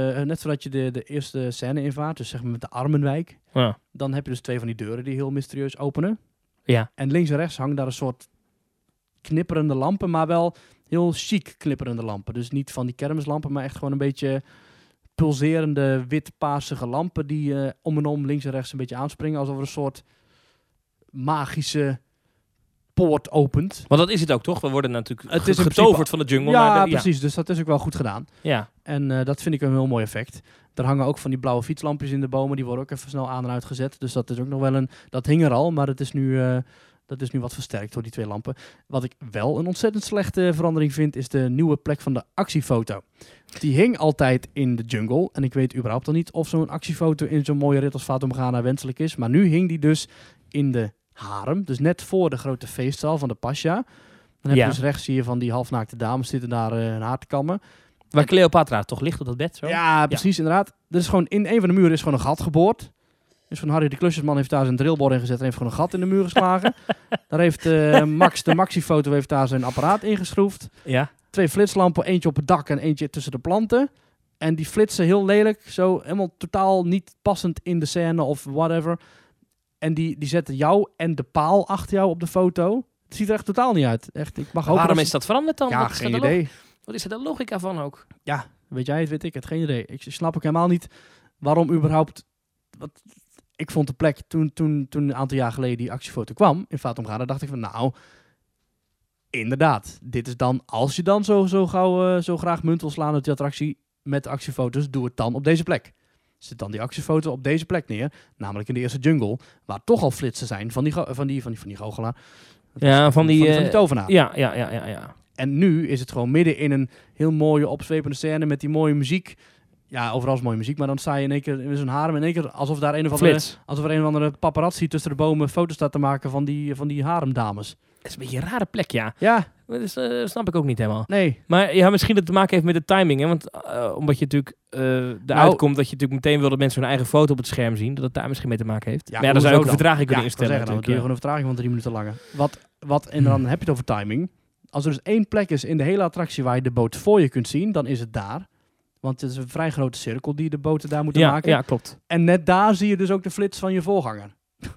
de eerste scène invaart, dus zeg maar met de Armenwijk, dan heb je dus 2 van die deuren die heel mysterieus openen. Ja. En links en rechts hangt daar een soort knipperende lampen, maar wel heel chic knipperende lampen. Dus niet van die kermislampen, maar echt gewoon een beetje pulserende wit-paarsige lampen die om en om links en rechts een beetje aanspringen, alsof er een soort magische poort opent. Want dat is het ook, toch? We worden natuurlijk Het is in getoverd principe- van de jungle. Ja, naar de, precies. Dus dat is ook wel goed gedaan. Ja. En dat vind ik een heel mooi effect. Er hangen ook van die blauwe fietslampjes in de bomen. Die worden ook even snel aan en uit gezet. Dus dat is ook nog wel een... Dat hing er al, maar het is nu... Dat is nu wat versterkt door die 2 lampen. Wat ik wel een ontzettend slechte verandering vind, is de nieuwe plek van de actiefoto. Die hing altijd in de jungle. En ik weet überhaupt al niet of zo'n actiefoto in zo'n mooie rit als Fata Morgana wenselijk is. Maar nu hing die dus in de harem. Dus net voor de grote feestzaal van de Pasha. Dan heb je dus rechts zie je van die halfnaakte dames zitten daar hun haar te kammen. Waar Cleopatra toch ligt op dat bed? Zo? Ja, precies, inderdaad. Er is gewoon in een van de muren is gewoon een gat geboord. Dus van Harry de Klusjesman heeft daar zijn drillbord in gezet en heeft gewoon een gat in de muur geslagen. Daar heeft Max, de Maxi-foto, heeft daar zijn apparaat ingeschroefd. Ja. 2 flitslampen, eentje op het dak en eentje tussen de planten. En die flitsen heel lelijk, zo helemaal totaal niet passend in de scène of whatever. En die zetten jou en de paal achter jou op de foto. Het ziet er echt totaal niet uit. Echt, ik mag hopen Waarom is dat veranderd dan? Ja, Wat is geen er de idee. Wat is er de logica van ook? Ja, weet jij het, weet ik het, geen idee. Ik snap ook helemaal niet waarom überhaupt... Ik vond de plek, toen een aantal jaar geleden die actiefoto kwam in Fata Morgana, dacht ik van nou, inderdaad, dit is dan, als je dan zo gauw zo graag munt wil slaan uit die attractie met actiefoto's, doe het dan op deze plek. Zet dan die actiefoto op deze plek neer, namelijk in de eerste jungle, waar toch al flitsen zijn van die goochelaar. Ja, van die tovenaar. Ja. En nu is het gewoon midden in een heel mooie opzwepende scène met die mooie muziek. Ja, overal is mooie muziek, maar dan sta je in één keer in zo'n harem in één keer alsof daar een of andere paparazzi tussen de bomen foto's staat te maken van die haremdames. Dat is een beetje een rare plek, ja. Ja. Dat snap ik ook niet helemaal. Nee. Maar ja, misschien dat het te maken heeft met de timing, hè? Want omdat je natuurlijk eruit komt dat je natuurlijk meteen wil dat mensen hun eigen foto op het scherm zien, dat het daar misschien mee te maken heeft. Ja, maar dan zou je ook een vertraging kunnen instellen. Dan doe je gewoon een vertraging van 3 minuten langer. En dan heb je het over timing. Als er dus 1 plek is in de hele attractie waar je de boot voor je kunt zien, dan is het daar. Want het is een vrij grote cirkel die de boten daar moeten maken. Ja, klopt. En net daar zie je dus ook de flits van je voorganger.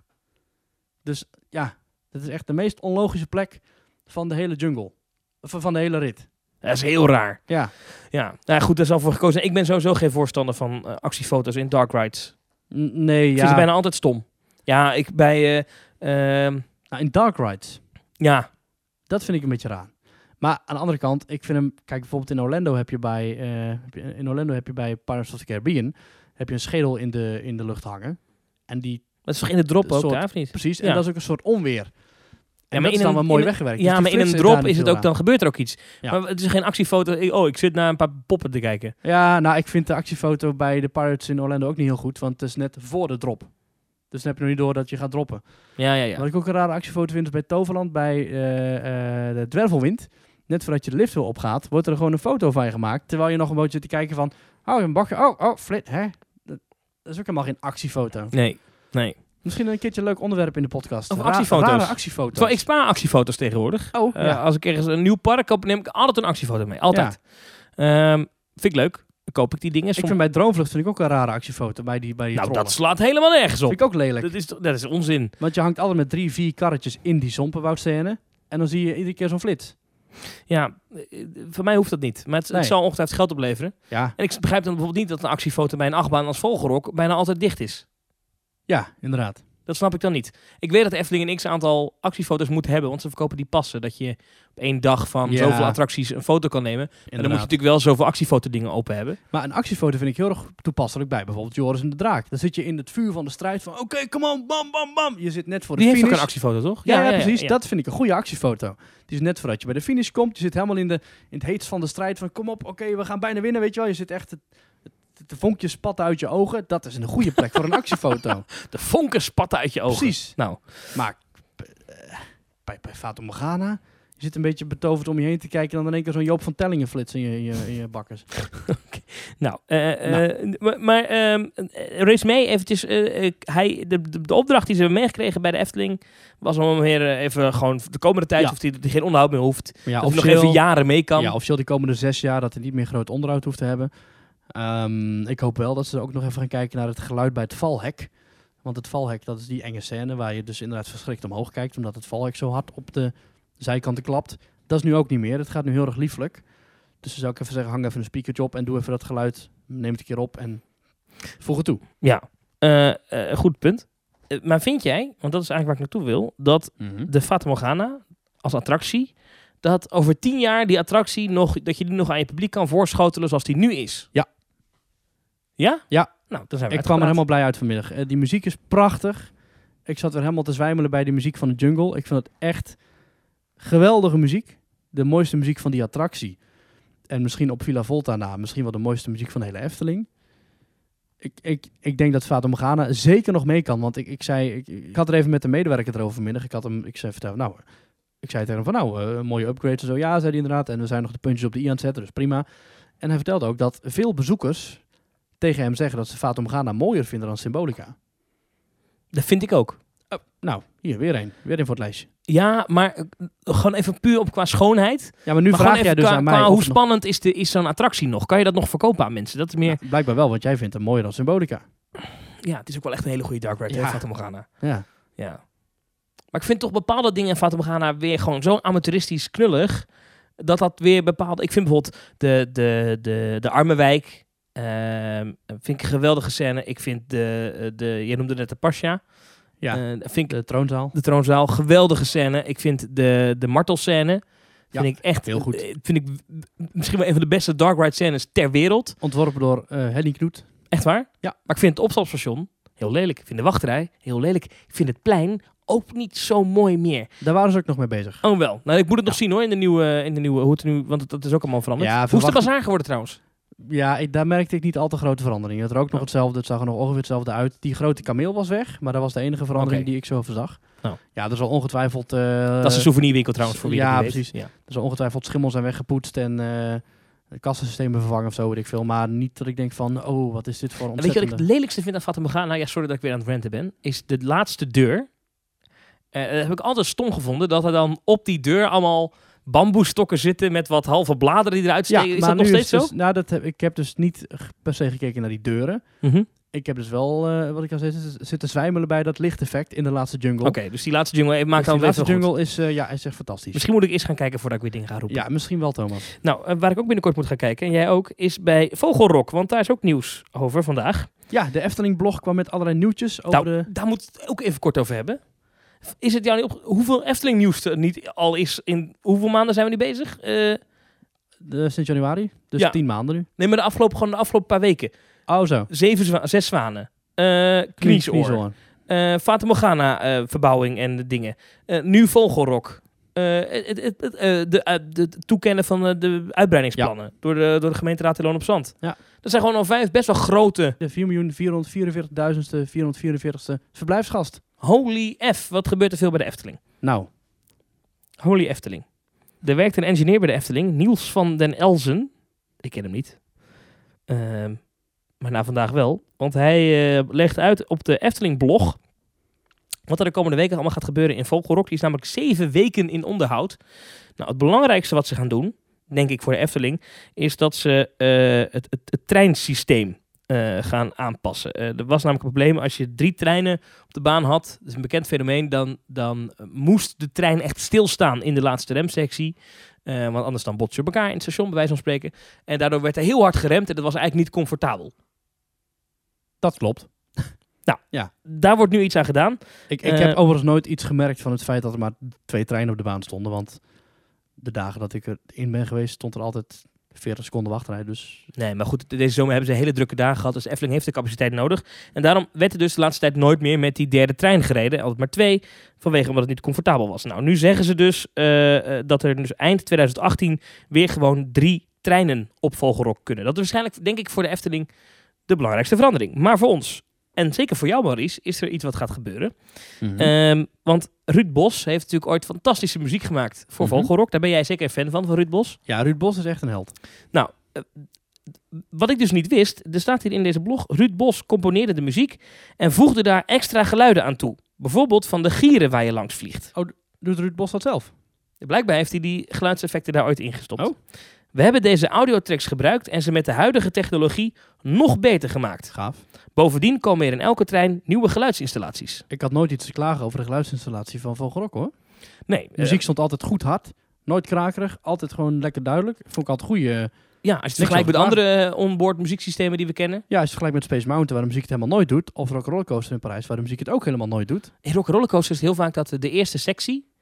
Dus ja, dat is echt de meest onlogische plek van de hele jungle. Van de hele rit. Dat is heel raar. Ja. Ja, nou goed, daar is al voor gekozen. Ik ben sowieso geen voorstander van actiefoto's in dark rides. Nee, Ik vind ze bijna altijd stom. Ja, in dark rides. Ja. Dat vind ik een beetje raar. Maar aan de andere kant, ik vind hem... Kijk, bijvoorbeeld in Orlando heb je bij Pirates of the Caribbean heb je een schedel in de lucht hangen. En die... Dat is toch in de drop ook, daar, of niet? Precies, ja. En dat is ook een soort onweer. En maar dat is dan wel mooi weggewerkt. Ja, dus maar in een drop is het ook, dan gebeurt er ook iets. Ja. Maar het is geen actiefoto. Ik zit naar een paar poppen te kijken. Ja, nou, ik vind de actiefoto bij de Pirates in Orlando ook niet heel goed, want het is net voor de drop. Dus dan heb je nog niet door dat je gaat droppen. Ja. Wat ik ook een rare actiefoto vind is bij Toverland, bij de Dwervelwind. Net voordat je de lift weer opgaat, wordt er gewoon een foto van je gemaakt. Terwijl je nog een beetje te kijken van, een bakje, flit, hè? Dat is ook helemaal geen actiefoto. Nee. Misschien een keertje een leuk onderwerp in de podcast. Of actiefoto's. Rare actiefoto's. Terwijl ik spaar actiefoto's tegenwoordig. Ja. Als ik ergens een nieuw park koop, neem ik altijd een actiefoto mee. Altijd. Ja. Vind ik leuk. Dan koop ik die dingen. Ik vind bij Droomvlucht vind ik ook een rare actiefoto bij die trollen. Dat slaat helemaal nergens op. Vind ik ook lelijk. Dat is onzin. Want je hangt altijd met 3, 4 karretjes in die Zompenwoudscène. En dan zie je iedere keer zo'n flits. Ja, voor mij hoeft dat niet. Maar het zal ongetwijfeld geld opleveren. Ja. En ik begrijp dan bijvoorbeeld niet dat een actiefoto bij een achtbaan als Vogelrok bijna altijd dicht is. Ja, inderdaad. Dat snap ik dan niet. Ik weet dat de Efteling een x-aantal actiefoto's moet hebben, want ze verkopen die passen. Dat je op 1 dag van zoveel attracties een foto kan nemen. En dan moet je natuurlijk wel zoveel actiefotodingen open hebben. Maar een actiefoto vind ik heel erg toepasselijk bij bijvoorbeeld Joris en de Draak. Dan zit je in het vuur van de strijd van oké, come on, bam, bam, bam. Je zit net voor de finish. Die heeft ook een actiefoto, toch? Ja, precies. Ja. Dat vind ik een goede actiefoto. Die is net voordat je bij de finish komt. Je zit helemaal in het heetst van de strijd van kom op, oké, we gaan bijna winnen, weet je wel. Je zit echt... De vonkjes spatten uit je ogen. Dat is een goede plek voor een actiefoto. De vonken spatten uit je ogen. Precies. Nou. Maar bij Fata Morgana... Je zit een beetje betoverd om je heen te kijken... en dan in één keer zo'n Joop van Tellingen flits in je bakkers. Okay. Nou. Race mee eventjes... de opdracht die ze hebben meegekregen bij de Efteling... was om hem weer even gewoon de komende tijd... of die geen onderhoud meer hoeft. Ja, dat hij nog even jaren mee kan. Ja, officieel die komende 6 jaar... dat hij niet meer groot onderhoud hoeft te hebben. Ik hoop wel dat ze ook nog even gaan kijken naar het geluid bij het valhek. Want het valhek, dat is die enge scène waar je dus inderdaad verschrikt omhoog kijkt, omdat het valhek zo hard op de zijkanten klapt. Dat is nu ook niet meer. Het gaat nu heel erg lieflijk. Dus dan zou ik even zeggen, hang even een speakertje op en doe even dat geluid. Neem het een keer op en voeg het toe. Ja, goed punt. Maar vind jij, want dat is eigenlijk waar ik naartoe wil, dat de Fata Morgana als attractie, dat over 10 jaar die attractie dat je die nog aan je publiek kan voorschotelen zoals die nu is. Ja. Ja? Ja. Nou, dan zijn we Ik kwam er helemaal blij uit vanmiddag. Die muziek is prachtig. Ik zat weer helemaal te zwijmelen bij die muziek van de Jungle. Ik vind het echt geweldige muziek. De mooiste muziek van die attractie. En misschien op Villa Volta na. Misschien wel de mooiste muziek van de hele Efteling. Ik denk dat Fata Morgana zeker nog mee kan. Want ik had er even met de medewerker erover vanmiddag. Ik zei tegen hem van een mooie upgrade en zo. Ja, zei hij inderdaad. En we zijn nog de puntjes op de i aan het zetten, dus prima. En hij vertelde ook dat veel bezoekers tegen hem zeggen dat ze Fata Morgana mooier vinden dan Symbolica. Dat vind ik ook. Nou, hier, weer één voor het lijstje. Ja, maar gewoon even puur op qua schoonheid. Ja, maar nu vraag jij dus aan mij... hoe spannend is zo'n attractie nog? Kan je dat nog verkopen aan mensen? Dat is meer... Nou, blijkbaar wel, want jij vindt hem mooier dan Symbolica. Ja, het is ook wel echt een hele goede dark ride, Fata Morgana. Ja. Maar ik vind toch bepaalde dingen in Fata Morgana weer gewoon zo amateuristisch knullig, dat weer bepaalde... Ik vind bijvoorbeeld de Armenwijk, vind ik een geweldige scène. Ik vind jij noemde net de Pasja. Ja, vind ik de troonzaal. De troonzaal, geweldige scène. Ik vind de martelscène, vind ik echt heel goed. Vind ik misschien wel een van de beste dark ride scènes ter wereld. Ontworpen door Henny Knoet. Echt waar? Ja. Maar ik vind het opstapstation heel lelijk. Ik vind de wachtrij heel lelijk. Ik vind het plein ook niet zo mooi meer. Daar waren ze ook nog mee bezig. Oh wel. Nou, ik moet het nog zien hoor, in de nieuwe hoe het nu, want dat is ook allemaal veranderd. Ja, hoe is de bazaar geworden trouwens? Ja, daar merkte ik niet al te grote veranderingen. Het rookt nog hetzelfde, het zag er nog ongeveer hetzelfde uit. Die grote kameel was weg, maar dat was de enige verandering die ik zo verzag. Oh. Ja, er zal ongetwijfeld... dat is een souvenirwinkel trouwens, voor wie ja, dat niet precies. weet. Ja, er zal ongetwijfeld schimmels zijn weggepoetst en de kassensystemen vervangen of zo, weet ik veel. Maar niet dat ik denk van, oh, wat is dit voor ontzettende... Weet je wat ik het lelijkste vind aan Fata Morgana? Ja, sorry dat ik weer aan het ranten ben. Is de laatste deur. Dat heb ik altijd stom gevonden, dat er dan op die deur allemaal bamboestokken zitten met wat halve bladeren die eruit steken. Ja, is maar dat nog steeds dus, zo? Nou, ik heb dus niet per se gekeken naar die deuren. Ik heb dus wel, wat ik al zei, zitten zwijmelen bij dat lichteffect in de laatste Jungle. Oké, dus die laatste Jungle maakt dus dan weer veel Jungle goed. is echt fantastisch. Misschien moet ik eerst gaan kijken voordat ik weer dingen ga roepen. Ja, misschien wel, Thomas. Nou, waar ik ook binnenkort moet gaan kijken, en jij ook, is bij Vogelrok. Want daar is ook nieuws over vandaag. Ja, de Efteling-blog kwam met allerlei nieuwtjes over Daar moet ik het ook even kort over hebben. Is het jou niet op hoeveel Efteling nieuws er niet al is in... Hoeveel maanden zijn we nu bezig? Sinds januari, dus ja. 10 maanden nu. Nee, maar de afgelopen paar weken. Oh zo. 6 zwanen. Kniesoor. Fata Morgana verbouwing en de dingen. Nu Vogelrok. Het toekennen van de uitbreidingsplannen door de gemeenteraad in Loon op Zand. Ja. Dat zijn gewoon al 5 best wel grote... De 4.444.444ste verblijfsgast. Holy F, wat gebeurt er veel bij de Efteling? Nou. Holy Efteling. Er werkt een engineer bij de Efteling, Niels van den Elzen. Ik ken hem niet. Maar na vandaag wel. Want hij legt uit op de Efteling-blog wat er de komende weken allemaal gaat gebeuren in Vogelrok. Die is namelijk 7 weken in onderhoud. Nou, het belangrijkste wat ze gaan doen, denk ik voor de Efteling, is dat ze het treinsysteem gaan aanpassen. Er was namelijk een probleem als je 3 treinen op de baan had. Dat is een bekend fenomeen. Dan moest de trein echt stilstaan in de laatste remsectie. Want anders dan bots je op elkaar in het station, bij wijze van spreken. En daardoor werd er heel hard geremd en dat was eigenlijk niet comfortabel. Dat klopt. Nou, ja. Daar wordt nu iets aan gedaan. Ik heb overigens nooit iets gemerkt van het feit dat er maar 2 treinen op de baan stonden. Want de dagen dat ik erin ben geweest, stond er altijd 40 seconden wachtrij. Dus... Nee, maar goed, deze zomer hebben ze hele drukke dagen gehad. Dus Efteling heeft de capaciteit nodig. En daarom werd er dus de laatste tijd nooit meer met die 3e trein gereden. Altijd maar 2, vanwege omdat het niet comfortabel was. Nou, nu zeggen ze dus dat er dus eind 2018 weer gewoon 3 treinen op Vogelrok kunnen. Dat is waarschijnlijk, denk ik, voor de Efteling de belangrijkste verandering. Maar voor ons, en zeker voor jou, Maurice, is er iets wat gaat gebeuren. Want Ruud Bos heeft natuurlijk ooit fantastische muziek gemaakt voor Vogelrok. Daar ben jij zeker een fan van Ruud Bos? Ja, Ruud Bos is echt een held. Nou, wat ik dus niet wist, er staat hier in deze blog, Ruud Bos componeerde de muziek en voegde daar extra geluiden aan toe. Bijvoorbeeld van de gieren waar je langs vliegt. Oh, doet Ruud Bos dat zelf? Blijkbaar heeft hij die geluidseffecten daar ooit ingestopt. Oh. We hebben deze audiotracks gebruikt en ze met de huidige technologie nog beter gemaakt. Gaaf. Bovendien komen er in elke trein nieuwe geluidsinstallaties. Ik had nooit iets te klagen over de geluidsinstallatie van Vogelrok, hoor. Nee. De muziek stond altijd goed hard. Nooit krakerig. Altijd gewoon lekker duidelijk. Vond ik altijd goede... Ja, als je het vergelijkt met andere onboard muzieksystemen die we kennen. Ja, als je het vergelijkt met Space Mountain, waar de muziek het helemaal nooit doet. Of Rock Roller Coaster in Parijs, waar de muziek het ook helemaal nooit doet. In Rock Roller Coaster is het heel vaak dat de eerste sectie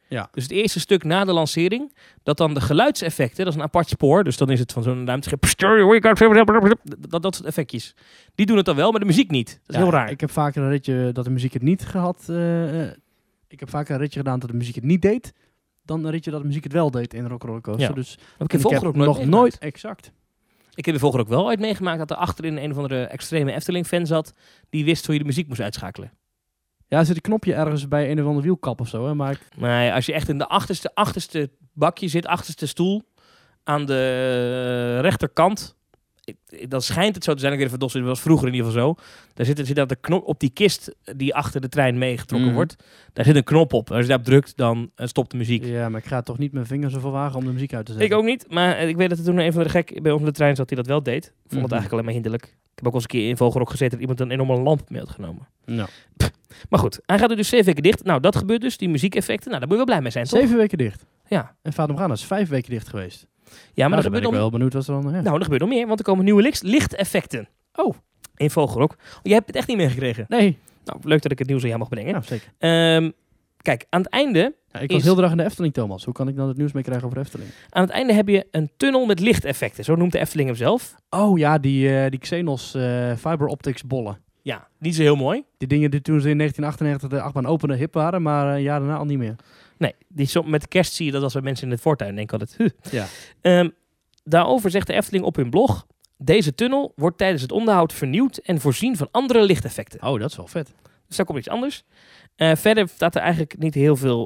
Ja. Dus het eerste stuk na de lancering, dat dan de geluidseffecten, dat is een apart spoor, dus dan is het van zo'n ruimteschip, dat soort effectjes. Die doen het dan wel, maar de muziek niet. Dat is heel raar. Ik heb vaker een ritje dat de muziek het niet gehad. Ik heb vaker een ritje gedaan dat de muziek het niet deed, dan een ritje dat de muziek het wel deed in Rock Roller Coaster. Ja. Dus heb ik Volger ook nooit nog meegemaakt. nooit exact. Ik heb de Volger ook wel ooit meegemaakt dat er achterin een of andere extreme Efteling-fan zat, die wist hoe je de muziek moest uitschakelen. Ja, er zit een knopje ergens bij een of andere wielkap of zo. Hè, maar Nee, als je echt in de achterste bakje zit, achterste stoel, aan de rechterkant, dan schijnt het zo te zijn, ik weet niet of het was vroeger in ieder geval zo, daar zit dat de knop op die kist die achter de trein meegetrokken wordt, daar zit een knop op. Als je daarop drukt, dan stopt de muziek. ja, maar ik ga toch niet mijn vingers ervoor wagen om de muziek uit te zetten. Ik ook niet, maar ik weet dat er toen een van de gek bij ons in de trein zat die dat wel deed. Ik vond het eigenlijk alleen maar hinderlijk. Ik heb ook al eens een keer in Vogelrok gezeten dat iemand een enorme lamp mee had genomen. Ja. Maar goed, hij gaat er dus 7 weken dicht. Nou, dat gebeurt dus, die muziekeffecten. Nou, daar moet je wel blij mee zijn, toch? 7 weken dicht. Ja. En Fatum Ghana is 5 weken dicht geweest. Ja, maar Nou, er dan ben gebeurt ik nog wel benieuwd wat er dan... Nou, er gebeurt nog meer, want er komen nieuwe lichteffecten. Oh. In Vogelrok. Jij hebt het echt niet meegekregen. Nee. Nou, leuk dat ik het nieuws aan jou mag brengen. Nou, zeker. Kijk, aan het einde... Ja, ik was heel erg in de Efteling, Thomas. Hoe kan ik dan het nieuws meekrijgen over Efteling? Aan het einde heb je een tunnel met lichteffecten. Zo noemt de Efteling hem zelf. Oh ja, die Xenos Fiber Optics bollen. Ja, niet zo heel mooi. Die dingen die toen ze in 1998 de achtbaan opende hip waren, maar een jaar daarna al niet meer. Nee, met de kerst zie je dat als we mensen in het voortuin denken altijd... Ja. Daarover zegt de Efteling op hun blog... Deze tunnel wordt tijdens het onderhoud vernieuwd en voorzien van andere lichteffecten. Oh, dat is wel vet. Dus daar komt iets anders. Verder staat er eigenlijk niet heel veel...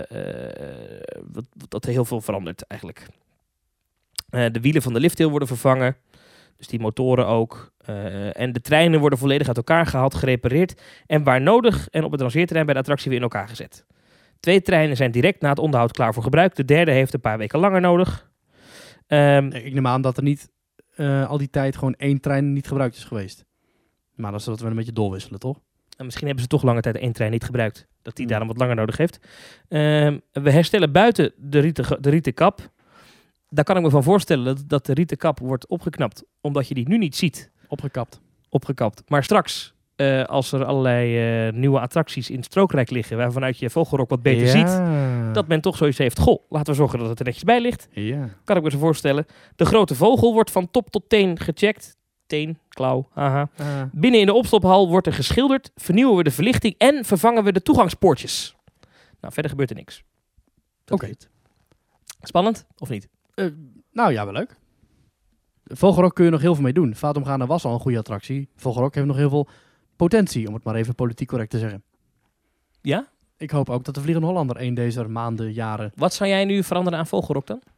dat er heel veel verandert eigenlijk. De wielen van de lifthill worden vervangen. Dus die motoren ook. En de treinen worden volledig uit elkaar gehaald, gerepareerd. En waar nodig en op het rangeerterrein bij de attractie weer in elkaar gezet. 2 treinen zijn direct na het onderhoud klaar voor gebruik. De derde heeft een paar weken langer nodig. Ik neem aan dat er niet al die tijd gewoon 1 trein niet gebruikt is geweest. Maar dat is dat we een beetje doorwisselen, toch? En misschien hebben ze toch lange tijd 1 trein niet gebruikt. Dat die daarom wat langer nodig heeft. We herstellen buiten de rieten kap. Daar kan ik me van voorstellen dat de rieten kap wordt opgeknapt. Omdat je die nu niet ziet. Opgekapt. Maar straks, als er allerlei nieuwe attracties in het Strookrijk liggen... waarvanuit je Vogelrok wat beter ziet... dat men toch zoiets heeft. Goh, laten we zorgen dat het er netjes bij ligt. Ja. Kan ik me zo voorstellen. De grote vogel wordt van top tot teen gecheckt. Teen, klauw, haha. Binnen in de opstophal wordt er geschilderd, vernieuwen we de verlichting en vervangen we de toegangspoortjes. Nou, verder gebeurt er niks. Oké. Spannend, of niet? Nou ja, wel leuk. Vogelrok kun je nog heel veel mee doen. Fatum Ghana was al een goede attractie. Vogelrok heeft nog heel veel potentie, om het maar even politiek correct te zeggen. Ja? Ik hoop ook dat de Vliegende Hollander een deze maanden, jaren... Wat zou jij nu veranderen aan Vogelrok dan?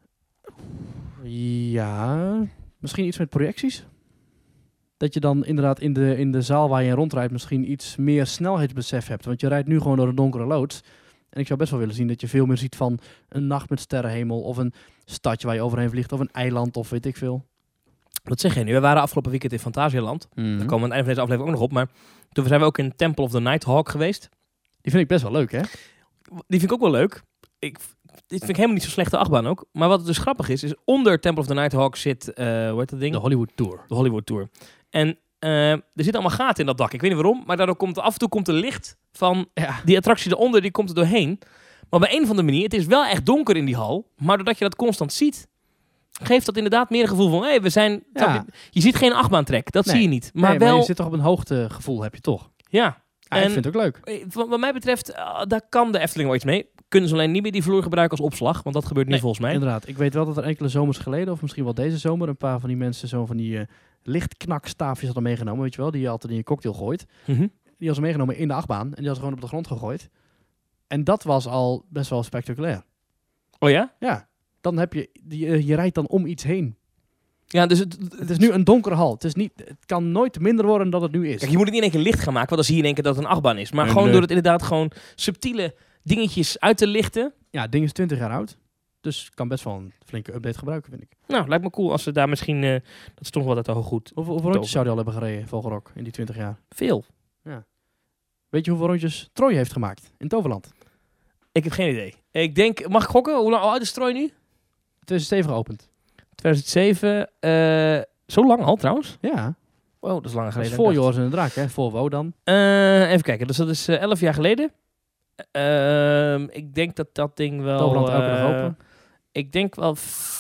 Ja, misschien iets met projecties. Dat je dan inderdaad in de zaal waar je in rondrijdt misschien iets meer snelheidsbesef hebt. Want je rijdt nu gewoon door een donkere loods. En ik zou best wel willen zien dat je veel meer ziet van een nacht met sterrenhemel. Of een stadje waar je overheen vliegt. Of een eiland of weet ik veel. Wat zeg je nu? We waren afgelopen weekend in Fantasialand. Daar komen we aan het einde van deze aflevering ook nog op. Maar toen zijn we ook in Temple of the Nighthawk geweest. Die vind ik best wel leuk, hè? Die vind ik ook wel leuk. Dit vind ik helemaal niet zo'n slechte achtbaan ook. Maar wat het dus grappig is onder Temple of the Nighthawk zit, hoe heet dat ding? De Hollywood Tour. De Hollywood Tour. En er zitten allemaal gaten in dat dak. Ik weet niet waarom, maar daardoor komt af en toe komt er licht van die attractie eronder, die komt er doorheen. Maar op een of andere manier, het is wel echt donker in die hal. Maar doordat je dat constant ziet, geeft dat inderdaad meer een gevoel van, we zijn... Ja. Je ziet geen achtbaantrek, dat zie je niet. Maar maar wel... je zit toch op een hoogtegevoel, heb je toch? Ja. En ik vind het ook leuk. Wat mij betreft, daar kan de Efteling wel iets mee. Kunnen ze alleen niet meer die vloer gebruiken als opslag, want dat gebeurt nu volgens mij. Inderdaad. Ik weet wel dat er enkele zomers geleden, of misschien wel deze zomer, een paar van die mensen zo van die lichtknakstaafjes hadden meegenomen, weet je wel, die je altijd in je cocktail gooit. Die hadden ze meegenomen in de achtbaan en die hadden ze gewoon op de grond gegooid. En dat was al best wel spectaculair. Oh ja? Ja. Dan heb je rijdt dan om iets heen. Ja, dus het is nu een donkere hal. Het kan nooit minder worden dan het nu is. Kijk, je moet het niet in één keer licht gaan maken, want dan zie je in één keer dat het een achtbaan is. Maar gewoon door het inderdaad gewoon subtiele dingetjes uit te lichten. Ja, het ding is 20 jaar oud. Dus kan best wel een flinke update gebruiken, vind ik. Nou, lijkt me cool als ze daar misschien... dat is toch wel dat al goed. Hoeveel rondjes zou die al hebben gereden, Vogelrok, in die 20 jaar? Veel. Ja. Weet je hoeveel rondjes Troy heeft gemaakt in Toverland? Ik heb geen idee. Ik denk, mag ik gokken? Hoe lang oud is Troy nu? 2007 geopend. 2007. Zo lang al trouwens? Ja. Oh, dat is lang geleden. Dat is voor Joris en de Draak, hè? Voor Wo dan. Even kijken, dus dat is 11 jaar geleden. Ik denk dat ding wel... Toverland elke dag open. Ik denk wel...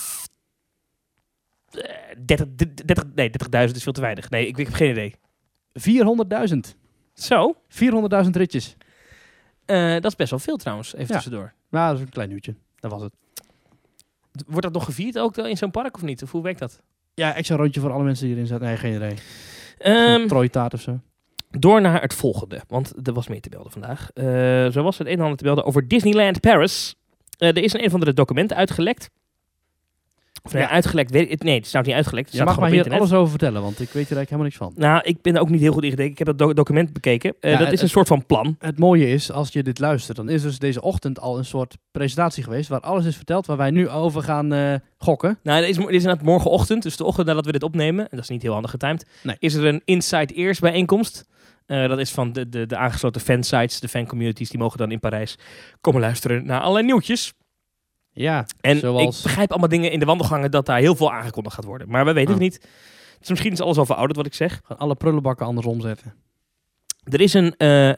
30.000 is veel te weinig. Nee, ik heb geen idee. 400.000. Zo? 400.000 ritjes. Dat is best wel veel trouwens, even tussendoor. Nou, dat is een klein uurtje. Dat was het. Wordt dat nog gevierd ook in zo'n park of niet? Of hoe werkt dat? Ja, extra rondje voor alle mensen die erin zaten. Nee, geen idee. Trooitaart of zo. Door naar het volgende, want er was meer te melden vandaag. Zo was het een en ander te melden over Disneyland Paris. Er is een of andere documenten uitgelekt. Of uitgelekt, nee, het is nou niet uitgelekt. Je mag mij hier alles over vertellen, want ik weet er eigenlijk helemaal niks van. Nou, ik ben er ook niet heel goed in gedekt. Ik heb dat document bekeken. Dat is een soort van plan. Het mooie is, als je dit luistert, dan is dus deze ochtend al een soort presentatie geweest waar alles is verteld, waar wij nu over gaan gokken. Nou, dit is inderdaad morgenochtend, dus de ochtend nadat we dit opnemen, en dat is niet heel handig getimed, is er een Inside Ears bijeenkomst. Dat is van de aangesloten fansites, de fancommunities, die mogen dan in Parijs komen luisteren naar allerlei nieuwtjes. Ja, en ik begrijp allemaal dingen in de wandelgangen dat daar heel veel aangekondigd gaat worden. Maar we weten het niet. Dus misschien is alles al verouderd wat ik zeg. Gaan alle prullenbakken andersom zetten. Er is een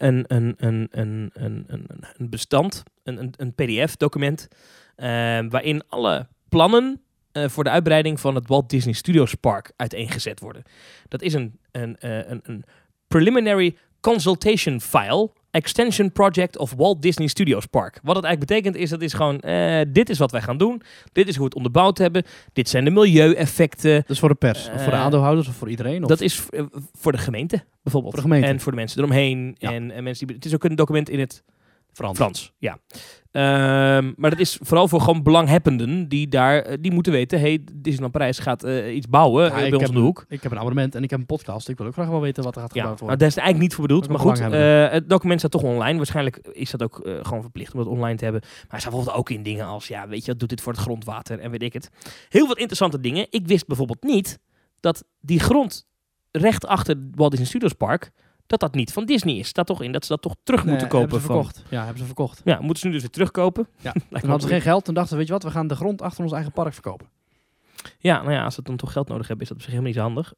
bestand, een PDF-document, waarin alle plannen voor de uitbreiding van het Walt Disney Studios Park uiteengezet worden. Dat is een preliminary consultation file, extension project of Walt Disney Studios Park. Wat het eigenlijk betekent is, dat is gewoon, dit is wat wij gaan doen, dit is hoe we het onderbouwd hebben, dit zijn de milieueffecten. Dat is voor de pers, of voor de aandeelhouders of voor iedereen? Of? Dat is voor de gemeente bijvoorbeeld. Voor de gemeente. En voor de mensen eromheen. Ja. En mensen die, het is ook een document in het Frans, ja. Maar dat is vooral voor gewoon belanghebbenden die moeten weten, hey, Disneyland Parijs gaat iets bouwen bij ons om de hoek. Ik heb een abonnement en ik heb een podcast. Ik wil ook graag wel weten wat er gaat gebouwd worden. Nou, daar is het eigenlijk niet voor bedoeld. Maar goed, het document staat toch online. Waarschijnlijk is dat ook gewoon verplicht om dat online te hebben. Maar er staat bijvoorbeeld ook in dingen als, ja, weet je, wat doet dit voor het grondwater en weet ik het. Heel wat interessante dingen. Ik wist bijvoorbeeld niet dat die grond recht achter Walt Disney Studios Park, dat niet van Disney is. Staat toch in dat ze dat toch terug moeten kopen. Hebben ze verkocht. Ja, hebben ze verkocht. Ja, moeten ze nu dus weer terugkopen. Ja. Toen hadden ze geen geld. Toen dachten ze, weet je wat, we gaan de grond achter ons eigen park verkopen. Ja, nou ja, als ze dan toch geld nodig hebben, is dat op zich helemaal niet zo handig.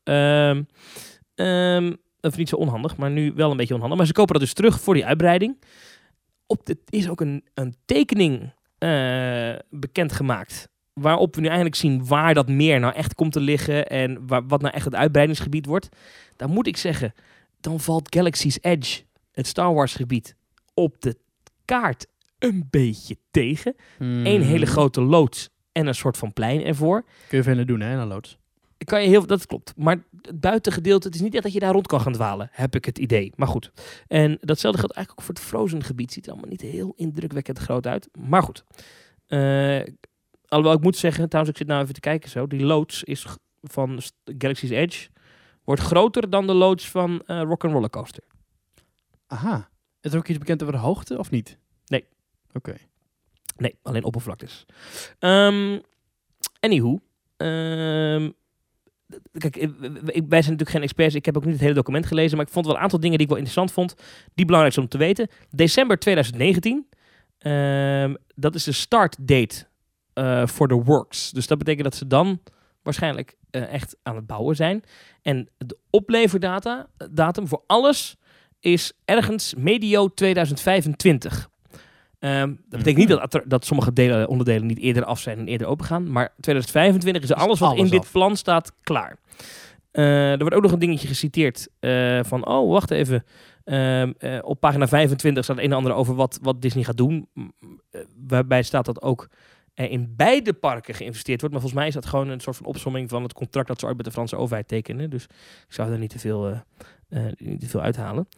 Of niet zo onhandig, maar nu wel een beetje onhandig. Maar ze kopen dat dus terug voor die uitbreiding. Er is ook een tekening bekendgemaakt, waarop we nu eigenlijk zien waar dat meer nou echt komt te liggen en wat nou echt het uitbreidingsgebied wordt. Dan moet ik zeggen, dan valt Galaxy's Edge, het Star Wars gebied, op de kaart een beetje tegen. Eén hele grote loods en een soort van plein ervoor. Kun je veel doen, hè, een loods. Dat klopt. Maar het buitengedeelte, het is niet echt dat je daar rond kan gaan dwalen, heb ik het idee. Maar goed. En datzelfde geldt eigenlijk ook voor het Frozen gebied. Ziet er allemaal niet heel indrukwekkend groot uit. Maar goed. Alhoewel ik moet zeggen, trouwens, ik zit nou even te kijken zo. Die loods is van Galaxy's Edge wordt groter dan de loods van Rock'n'Roller Coaster. Aha. Is er ook iets bekend over de hoogte of niet? Nee. Oké. Nee, alleen oppervlaktes. Anywho. Kijk, wij zijn natuurlijk geen experts. Ik heb ook niet het hele document gelezen. Maar ik vond wel een aantal dingen die ik wel interessant vond. Die belangrijk zijn om te weten. December 2019. Dat is de start date voor de works. Dus dat betekent dat ze dan waarschijnlijk echt aan het bouwen zijn. En de opleverdatum voor alles is ergens medio 2025. Dat betekent niet dat sommige onderdelen niet eerder af zijn en eerder open gaan. Maar 2025 is alles wat in dit plan staat klaar. Er wordt ook nog een dingetje geciteerd van, wacht even. Op pagina 25 staat een en ander over wat Disney gaat doen. Waarbij staat dat ook in beide parken geïnvesteerd wordt. Maar volgens mij is dat gewoon een soort van opsomming van het contract dat ze ooit met de Franse overheid tekenen. Dus ik zou er niet te veel uithalen.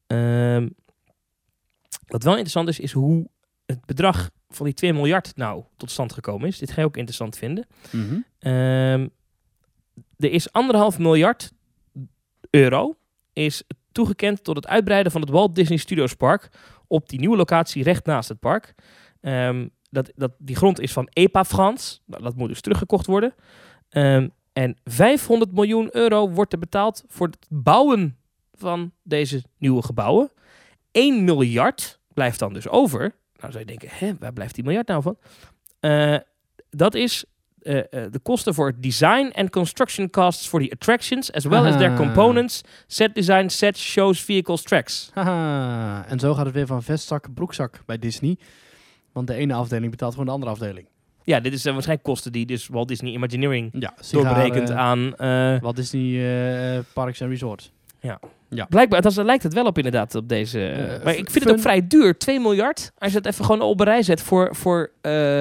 Wat wel interessant is hoe het bedrag van die 2 miljard nou tot stand gekomen is. Dit ga je ook interessant vinden. Mm-hmm. Er is 1,5 miljard euro is toegekend tot het uitbreiden van het Walt Disney Studios Park op die nieuwe locatie recht naast het park. Die grond is van EPA France. Nou, dat moet dus teruggekocht worden. En 500 miljoen euro wordt er betaald voor het bouwen van deze nieuwe gebouwen. 1 miljard blijft dan dus over. Nou zou je denken, waar blijft die miljard nou van? Dat is de kosten voor design and construction costs for the attractions, as well as their components, set design, sets, shows, vehicles, tracks. Haha. En zo gaat het weer van vestzak, broekzak bij Disney. Want de ene afdeling betaalt gewoon de andere afdeling. Ja, dit is waarschijnlijk kosten die dus Walt Disney Imagineering Ja, doorberekent aan... Walt Disney Parks en Resorts. Blijkbaar, daar lijkt het wel op inderdaad, op deze... maar ik vind het ook vrij duur, 2 miljard. Als je het even gewoon op een rij zet voor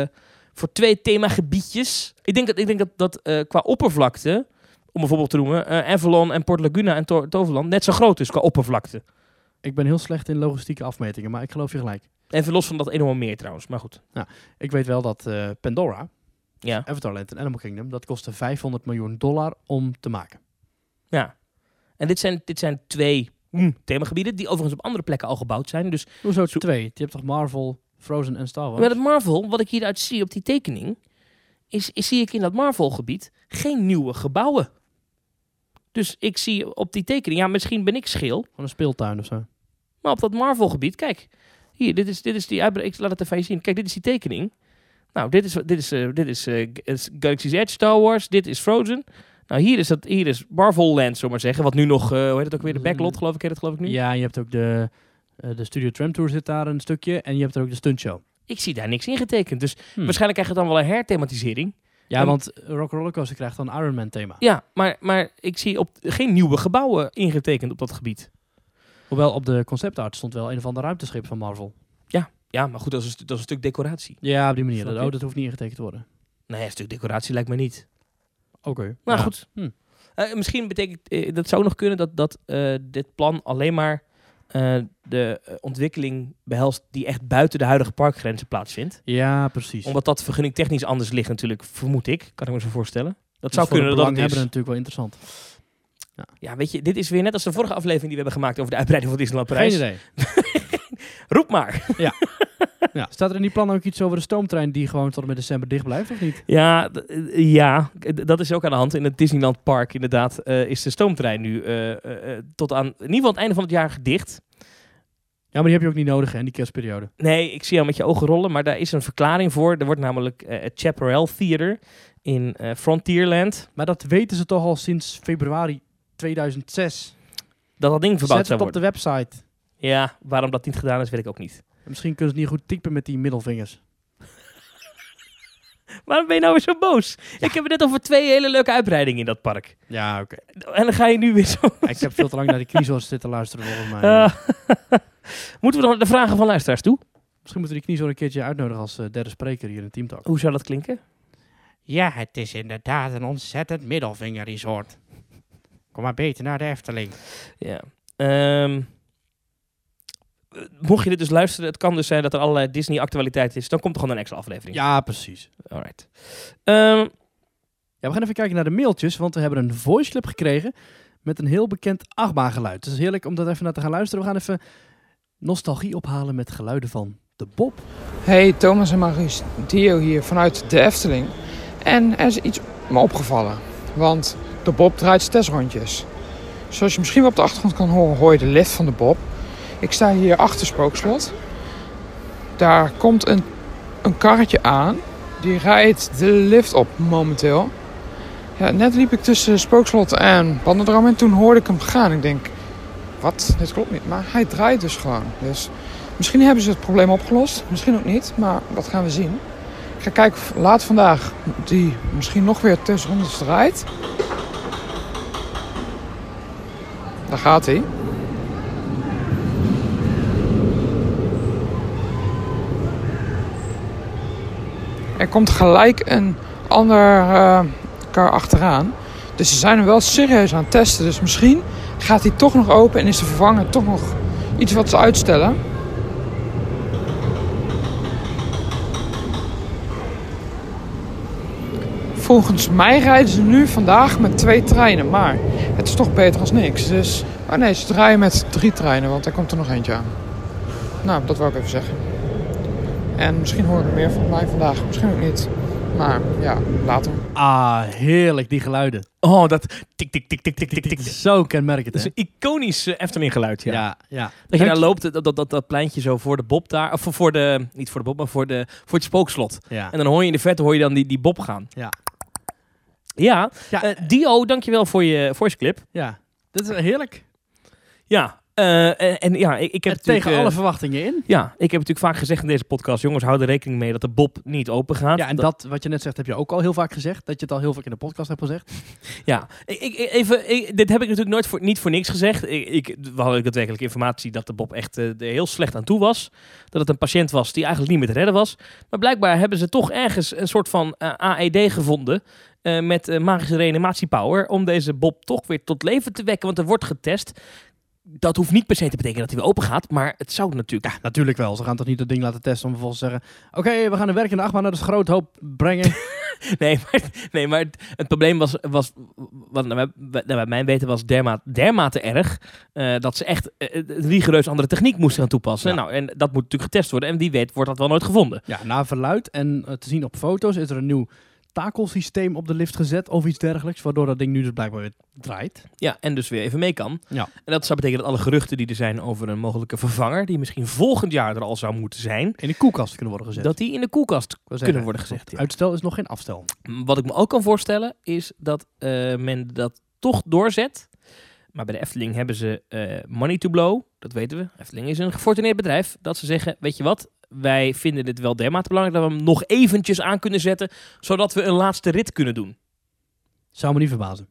2 themagebiedjes. Ik denk dat qua oppervlakte, om bijvoorbeeld te noemen, Avalon en Port Laguna en Toverland net zo groot is qua oppervlakte. Ik ben heel slecht in logistieke afmetingen, maar ik geloof je gelijk. Even los van dat enorm meer trouwens, maar goed. Ik weet wel dat Pandora, Ja. Avatarland en Animal Kingdom, dat kostte $500 miljoen om te maken. Ja. En dit zijn 2 themagebieden die overigens op andere plekken al gebouwd zijn. Dus Hoezo 2? Je hebt toch Marvel, Frozen en Star Wars? met het Marvel, wat ik hieruit zie op die tekening, zie ik in dat Marvel-gebied geen nieuwe gebouwen. Dus ik zie op die tekening, ja, misschien ben ik scheel, Van een speeltuin of zo. maar op dat Marvel-gebied, kijk, hier, dit is die uitbreiding. Ik laat het even aan je zien. Kijk, dit is die tekening. Nou, dit is Galaxy's Edge, Star Wars, dit is Frozen. Nou, hier is Marvel Land, zullen we maar zeggen. Wat nu nog, hoe heet het ook weer, de backlot, geloof ik nu. Ja, je hebt ook de Studio Tram Tour zit daar een stukje. En je hebt er ook de stuntshow. Ik zie daar niks in getekend. Dus waarschijnlijk krijg je dan wel een herthematisering. Ja, want Rock Roller Coaster krijgt dan Iron Man thema. Ja, maar ik zie geen nieuwe gebouwen ingetekend op dat gebied. Hoewel op de conceptart stond wel een of ander ruimteschip van Marvel. Ja, maar goed, dat is een stuk decoratie. Ja, op die manier. Snap je? Dat hoeft niet ingetekend te worden. Nee, een stuk decoratie lijkt me niet. Oké. Nou goed. Misschien betekent dat zou nog kunnen dat dit plan alleen maar de ontwikkeling behelst die echt buiten de huidige parkgrenzen plaatsvindt. Ja, precies. Omdat dat vergunningtechnisch anders ligt natuurlijk, vermoed ik. Kan ik me zo voorstellen. Dat Dus zou voor kunnen de dat het is. hebben natuurlijk wel interessant. Ja, weet je, dit is weer net als de vorige aflevering die we hebben gemaakt over de uitbreiding van Disneyland Parijs. Geen idee. Roep maar. Ja. Staat er in die plan ook iets over de stoomtrein die gewoon tot en met december dicht blijft, of niet? Ja, dat is ook aan de hand. In het Disneyland Park inderdaad is de stoomtrein nu tot aan in ieder geval het einde van het jaar dicht. Ja, maar die heb je ook niet nodig in die kerstperiode. Nee, ik zie jou met je ogen rollen, maar daar is een verklaring voor. Er wordt namelijk het Chaparral Theater in Frontierland. Maar dat weten ze toch al sinds februari 2006. Dat ding verbouwd Zet zou het op worden. de website. Ja, waarom dat niet gedaan is, weet ik ook niet. Misschien kunnen ze niet goed typen met die middelvingers. Waarom ben je nou weer zo boos? Ja. Ik heb het net over 2 hele leuke uitbreidingen in dat park. Ja, oké. En dan ga je nu weer zo... Ik heb veel te lang naar die kniezoors zitten luisteren volgens mij. Moeten we dan de vragen van luisteraars toe? Misschien moeten we die kniezoor een keertje uitnodigen als derde spreker hier in Team Talk. Hoe zou dat klinken? Ja, het is inderdaad een ontzettend middelvingerresort. Kom maar beter naar de Efteling. Ja. Mocht je dit dus luisteren, het kan dus zijn dat er allerlei Disney-actualiteit is. Dan komt er gewoon een extra aflevering. Ja, precies. Alright. Ja, we gaan even kijken naar de mailtjes, want we hebben een voiceclip gekregen met een heel bekend achtbaangeluid. Het is heerlijk om dat even naar te gaan luisteren. We gaan even nostalgie ophalen met geluiden van de Bob. Hey, Thomas en Maurice, Dio hier vanuit de Efteling. En er is iets me opgevallen, want de Bob draait testrondjes. Zoals je misschien wel op de achtergrond kan horen, hoor je de lift van de Bob. Ik sta hier achter Spookslot. Daar komt een karretje aan. Die rijdt de lift op momenteel. Ja, net liep ik tussen Spookslot en Bandendram en toen hoorde ik hem gaan. Ik denk, wat? Dit klopt niet. Maar hij draait dus gewoon. Dus misschien hebben ze het probleem opgelost. Misschien ook niet, maar dat gaan we zien. Ik ga kijken of later vandaag die misschien nog weer tussenrondes draait. Daar gaat hij. Er komt gelijk een ander kar achteraan. Dus ze zijn hem wel serieus aan het testen. Dus misschien gaat hij toch nog open en is de vervanger toch nog iets wat ze uitstellen. Volgens mij rijden ze nu vandaag met 2 treinen. Maar het is toch beter als niks. Dus, oh nee, ze draaien met 3 treinen, want er komt er nog eentje aan. Nou, dat wou ik even zeggen. En misschien hoor ik er meer van mij vandaag, misschien ook niet. Maar ja, later. Ah, heerlijk, die geluiden. Oh, dat tik, tik, tik, tik, tik, tik, tik. Zo kenmerkend, Dat hè? is een iconisch Efteling geluid, ja. Ja. Dat je daar loopt, dat pleintje zo voor de Bob daar. Of voor de, niet voor de Bob, maar voor het spookslot. Ja. En dan hoor je in de verte dan die Bob gaan. Ja. Ja, Ja. Dio, dankjewel voor je voice clip. Ja, dit is heerlijk. Ja, en ja, ik heb En tegen natuurlijk, alle verwachtingen in. Ja, ik heb natuurlijk vaak gezegd in deze podcast, jongens, hou er rekening mee dat de Bob niet open gaat. Ja, en dat wat je net zegt heb je ook al heel vaak gezegd. Dat je het al heel vaak in de podcast hebt gezegd. Ja, dit heb ik natuurlijk niet voor niks gezegd. We hadden daadwerkelijk informatie dat de Bob echt er heel slecht aan toe was. Dat het een patiënt was die eigenlijk niet meer te redden was. Maar blijkbaar hebben ze toch ergens een soort van AED gevonden. Met magische reanimatiepower. Om deze Bob toch weer tot leven te wekken. Want er wordt getest. Dat hoeft niet per se te betekenen dat hij weer open gaat. Maar het zou natuurlijk... Ja, natuurlijk wel. Ze gaan toch niet dat ding laten testen om vervolgens te zeggen... Oké, we gaan de werkende achtbaan naar de Schroothoop brengen. Nee, maar het probleem was wat naar mijn weten was dermate erg, dat ze echt rigoureus andere techniek moesten gaan toepassen. Ja. Nou, en dat moet natuurlijk getest worden. En wie weet wordt dat wel nooit gevonden. Ja, na verluid en te zien op foto's is er een nieuw takelsysteem op de lift gezet of iets dergelijks. Waardoor dat ding nu dus blijkbaar weer draait. Ja, en dus weer even mee kan. Ja. En dat zou betekenen dat alle geruchten die er zijn over een mogelijke vervanger, die misschien volgend jaar er al zou moeten zijn, In de koelkast kunnen worden gezet. dat die in de koelkast kunnen worden gezegd. Ja. Uitstel is nog geen afstel. Wat ik me ook kan voorstellen, is dat men dat toch doorzet. Maar bij de Efteling hebben ze money to blow. Dat weten we. Efteling is een gefortuneerd bedrijf. Dat ze zeggen, weet je wat, wij vinden dit wel dermate belangrijk dat we hem nog eventjes aan kunnen zetten, zodat we een laatste rit kunnen doen. Zou me niet verbazen.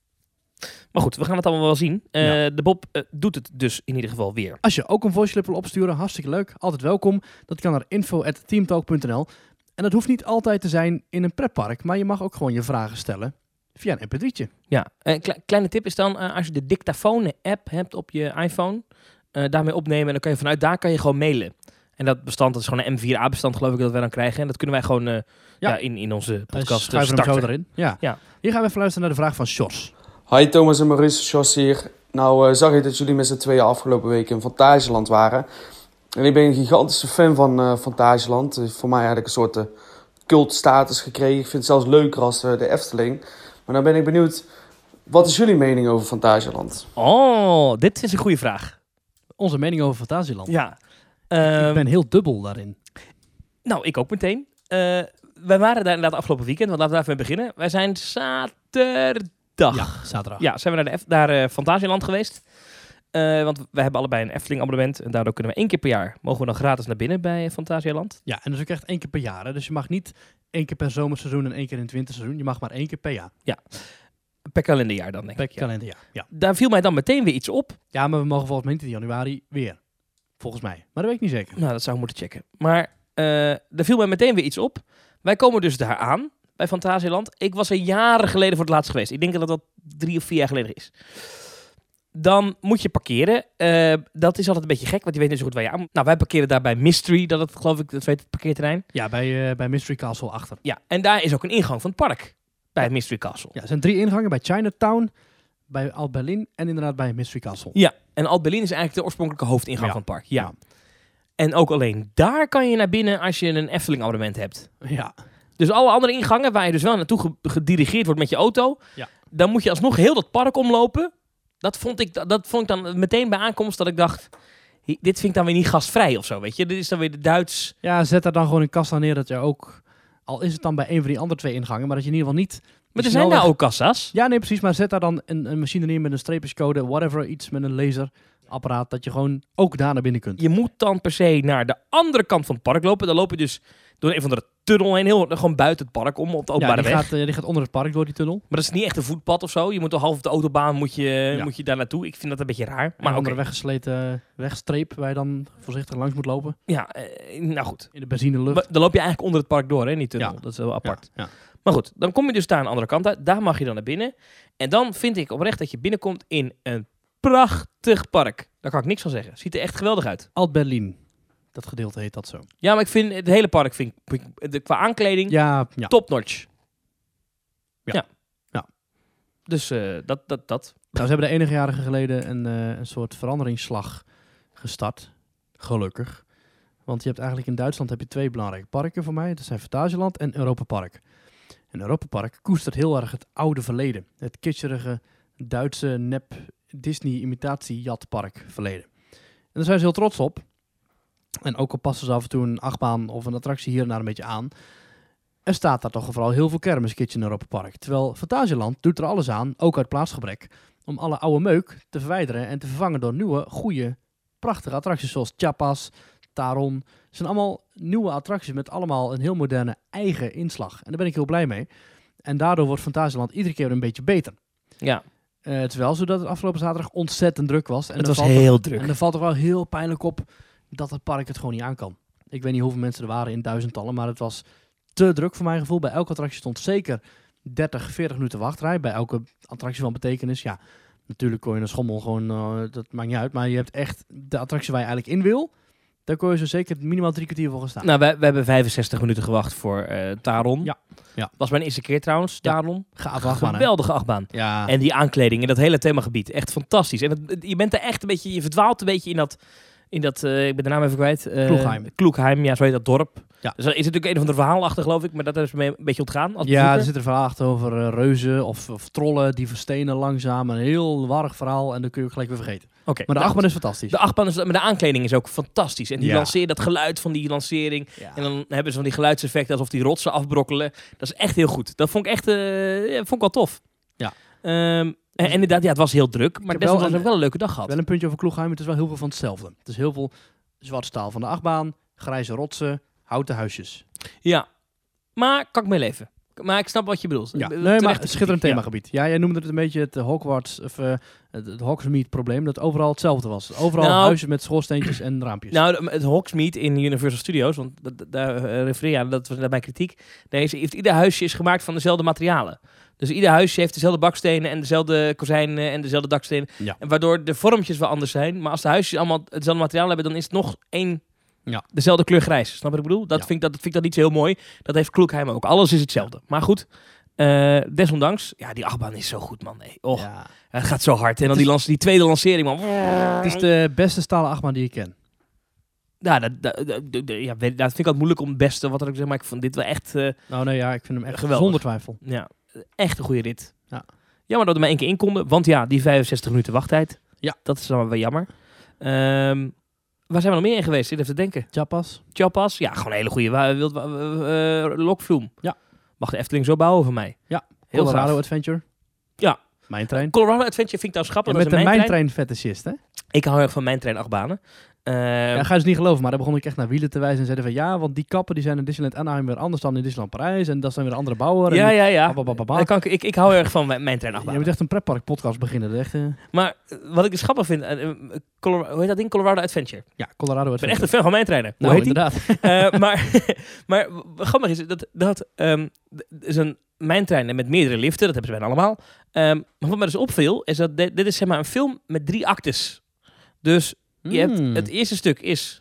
Maar goed, we gaan het allemaal wel zien. Ja. De Bob doet het dus in ieder geval weer. Als je ook een voice clip wil opsturen, hartstikke leuk. Altijd welkom. Dat kan naar info@teamtalk.nl. En dat hoeft niet altijd te zijn in een pretpark, maar je mag ook gewoon je vragen stellen via een mp3'tje. Ja, kleine tip is dan, als je de dictafoon-app hebt op je iPhone, daarmee opnemen en dan kan je vanuit daar kan je gewoon mailen. En dat bestand, dat is gewoon een M4A-bestand geloof ik dat wij dan krijgen. En dat kunnen wij gewoon in onze podcast Schuiven hem starten. zo erin. Ja. Ja. Hier gaan we even luisteren naar de vraag van Sjors. Hi Thomas en Maurice, Jos hier. Nou zag ik dat jullie met z'n tweeën afgelopen week in Fantasieland waren. En ik ben een gigantische fan van Fantasieland. Het heeft voor mij eigenlijk een soort cultstatus gekregen. Ik vind het zelfs leuker als de Efteling. Maar dan ben ik benieuwd, wat is jullie mening over Fantasieland? Oh, dit is een goede vraag. Onze mening over Fantasieland. Ja. Ik ben heel dubbel daarin. Nou, ik ook meteen. Wij waren daar inderdaad afgelopen weekend, want laten we even beginnen. Wij zijn zaterdag. Ja, zaterdag. Ja, zijn we naar Fantasieland geweest. Want wij hebben allebei een Efteling abonnement. En daardoor kunnen we 1 keer per jaar, mogen we dan gratis naar binnen bij Fantasieland. Ja, en dus ook echt 1 keer per jaar. Hè? Dus je mag niet 1 keer per zomerseizoen en 1 keer in het winterseizoen. Je mag maar 1 keer per jaar. Per kalenderjaar dan, denk Per ik. Ja. kalenderjaar. Ja. Daar viel mij dan meteen weer iets op. Ja, maar we mogen volgens mij niet in januari weer. Volgens mij. Maar dat weet ik niet zeker. Nou, dat zou ik moeten checken. Maar daar viel mij meteen weer iets op. Wij komen dus daar aan bij Fantasieland. Ik was er jaren geleden voor het laatst geweest. Ik denk dat dat 3 of 4 jaar geleden is. Dan moet je parkeren. Dat is altijd een beetje gek, want je weet niet zo goed waar je aan moet. Nou, wij parkeren daar bij Mystery, dat geloof ik, dat weet het parkeerterrein. Ja, bij Mystery Castle achter. Ja, en daar is ook een ingang van het park. Bij het Mystery Castle. Ja, er zijn 3 ingangen. Bij Chinatown, bij Alt Berlin en inderdaad bij Mystery Castle. Ja, en Alt Berlin is eigenlijk de oorspronkelijke hoofdingang Ja. van het park. Ja. Ja. En ook alleen daar kan je naar binnen als je een Efteling abonnement hebt. Ja. Dus alle andere ingangen waar je dus wel naartoe gedirigeerd wordt met je auto, Ja. dan moet je alsnog heel dat park omlopen. Dat vond ik dan meteen bij aankomst dat ik dacht, dit vind ik dan weer niet gastvrij of zo, weet je. Dit is dan weer de Duits. Ja, zet daar dan gewoon een kassa neer dat je ook, al is het dan bij een van die andere 2 ingangen, maar dat je in ieder geval niet... Maar er zijn daar ook kassa's. Ja, nee, precies. Maar zet daar dan een machine neer met een streepjescode, whatever, iets met een laserapparaat, dat je gewoon ook daar naar binnen kunt. Je moet dan per se naar de andere kant van het park lopen. Dan loop je dus door een van de tunnel heen, gewoon buiten het park om, op de openbare weg. Die gaat onder het park door die tunnel. Maar dat is niet echt een voetpad of zo. Je moet al half op de autobaan moet je daar naartoe. Ik vind dat een beetje raar. Maar Maar onder oké. een weggesleten wegstreep waar je dan voorzichtig langs moet lopen. Ja, nou goed. In de benzinelucht. Maar dan loop je eigenlijk onder het park door, hè, in die tunnel. Ja. Dat is wel apart. Ja. Maar goed, dan kom je dus daar aan de andere kant uit. Daar mag je dan naar binnen. En dan vind ik oprecht dat je binnenkomt in een prachtig park. Daar kan ik niks van zeggen. Ziet er echt geweldig uit. Alt Berlin. Dat gedeelte heet dat zo. Ja, maar ik vind het hele park, qua aankleding, Ja. top-notch. Ja. Dus dat. Nou, ze hebben er enige jaren geleden een soort veranderingsslag gestart. Gelukkig. Want je hebt eigenlijk in Duitsland heb je 2 belangrijke parken voor mij. Dat zijn Phantasialand en Europa Park. En Europa Park koestert heel erg het oude verleden. Het kitscherige Duitse nep Disney-imitatie-jatpark verleden. En daar zijn ze heel trots op. En ook al passen ze af en toe een achtbaan of een attractie hier en daar een beetje aan. Er staat daar toch vooral heel veel kermiskits in Europa Park. Terwijl Phantasialand doet er alles aan, ook uit plaatsgebrek, om alle oude meuk te verwijderen en te vervangen door nieuwe, goede, prachtige attracties zoals Chiapas, Taron. Het zijn allemaal nieuwe attracties met allemaal een heel moderne eigen inslag. En daar ben ik heel blij mee. En daardoor wordt Phantasialand iedere keer een beetje beter. Ja. Het is wel zo dat het afgelopen zaterdag ontzettend druk was. En Het was heel druk. En er valt toch wel heel pijnlijk op dat het park het gewoon niet aan kan. Ik weet niet hoeveel mensen er waren in duizendtallen, maar het was te druk voor mijn gevoel. Bij elke attractie stond zeker 30, 40 minuten wachtrij. Bij elke attractie van betekenis, ja. Natuurlijk kon je een schommel gewoon, dat maakt niet uit. Maar je hebt echt de attractie waar je eigenlijk in wil. Daar kon je zo zeker minimaal 3 kwartier voor gaan staan. Nou, we hebben 65 minuten gewacht voor Taron. Ja. Was mijn eerste keer trouwens, Taron. Gaaf achtbaan, hè? Geweldige achtbaan. Ja. En die aankleding en dat hele themagebied. Echt fantastisch. En je bent er echt een beetje, je verdwaalt een beetje in dat ik ben de naam even kwijt. Kloekheim, ja, zo heet dat dorp. Ja. Dus er is natuurlijk een of ander verhaal achter, geloof ik. Maar dat is me een beetje ontgaan. Als Ja, bezoeker. er zit een verhaal achter over reuzen of trollen die verstenen langzaam. Een heel warrig verhaal en dan kun je ook gelijk weer vergeten. Oké. Maar de achtbaan is fantastisch. De achtbaan, maar de aankleding is ook fantastisch. En die Ja. lanceert dat geluid van die lancering. Ja. En dan hebben ze van die geluidseffecten alsof die rotsen afbrokkelen. Dat is echt heel goed. Dat vond ik echt vond ik wel tof. Ja. En inderdaad, ja, het was heel druk. Maar heb desondanks wel heb ik wel een leuke dag gehad. Wel een puntje over Kloekheim. Het is wel heel veel van hetzelfde. Het is heel veel zwarte staal van de achtbaan, grijze rotsen, houten huisjes. Ja, maar kan ik mee leven. Maar ik snap wat je bedoelt. Ja, Terecht nee, maar kritiek, schitterend ja. themagebied. Ja, jij noemde het een beetje het Hogwarts of het Hogsmeade probleem, dat overal hetzelfde was. Overal Nou, huizen met schoorsteentjes en raampjes. Nou, het Hogsmeade in Universal Studios, want daar refereer je aan, dat was mijn kritiek. Ieder huisje is gemaakt van dezelfde materialen. Dus ieder huisje heeft dezelfde bakstenen en dezelfde kozijnen en dezelfde dakstenen. Ja. En waardoor de vormpjes wel anders zijn. Maar als de huisjes allemaal hetzelfde materiaal hebben, dan is het nog één Ja. dezelfde kleur grijs. Snap je wat ik bedoel? Dat Ja. vind ik dat niet zo heel mooi. Dat heeft Kloekheim ook. Alles is hetzelfde. Maar goed, desondanks, ja, die achtbaan is zo goed, man. Nee. Och, Ja. het gaat zo hard. En dan die tweede lancering, man. Het is de beste stalen achtbaan die ik ken. Ja, dat vind ik altijd moeilijk om het beste wat er ook zeg, maar ik vond dit wel echt, Nou nee, ja, ik vind hem echt Geweldig. zonder twijfel. ja, echt een goede rit. Ja. Jammer dat we maar 1 keer in konden, want ja, die 65 minuten wachttijd, Ja. dat is dan wel jammer. Waar zijn we nog meer in geweest? Zit even te denken. Chiapas. Chiapas, ja, gewoon een hele goede lokvloem. Ja. Mag de Efteling zo bouwen van mij. Ja. Heel Colorado gaaf. Adventure. Ja. Mijn trein. Colorado Adventure vind ik trouwens grappig. Je dat bent is een een mijntrein-fetishist, hè? Ik hou erg van mijntrein achtbanen. Ja, ga je dus niet geloven, maar daar begon ik echt naar wielen te wijzen en zeiden van ja, want die kappen die zijn in Disneyland Anaheim weer anders dan in Disneyland Parijs en dat zijn weer een andere bouwer. En Ja. Babababa. Ik hou erg van mijntrein Je achtbanen. moet echt een pretpark podcast beginnen. Dat is echt, Maar wat ik dus grappig vind, hoe heet dat ding? Colorado Adventure. ja, Colorado Ik ben Adventure. echt een fan van mijntreinen. Hoe Nou, heet die? inderdaad. Maar grappig is, dat is een mijntrein met meerdere liften. Dat hebben ze bijna allemaal. Maar wat me dus opviel, is dat dit is zeg maar een film met 3 actes. Dus je hebt het eerste stuk is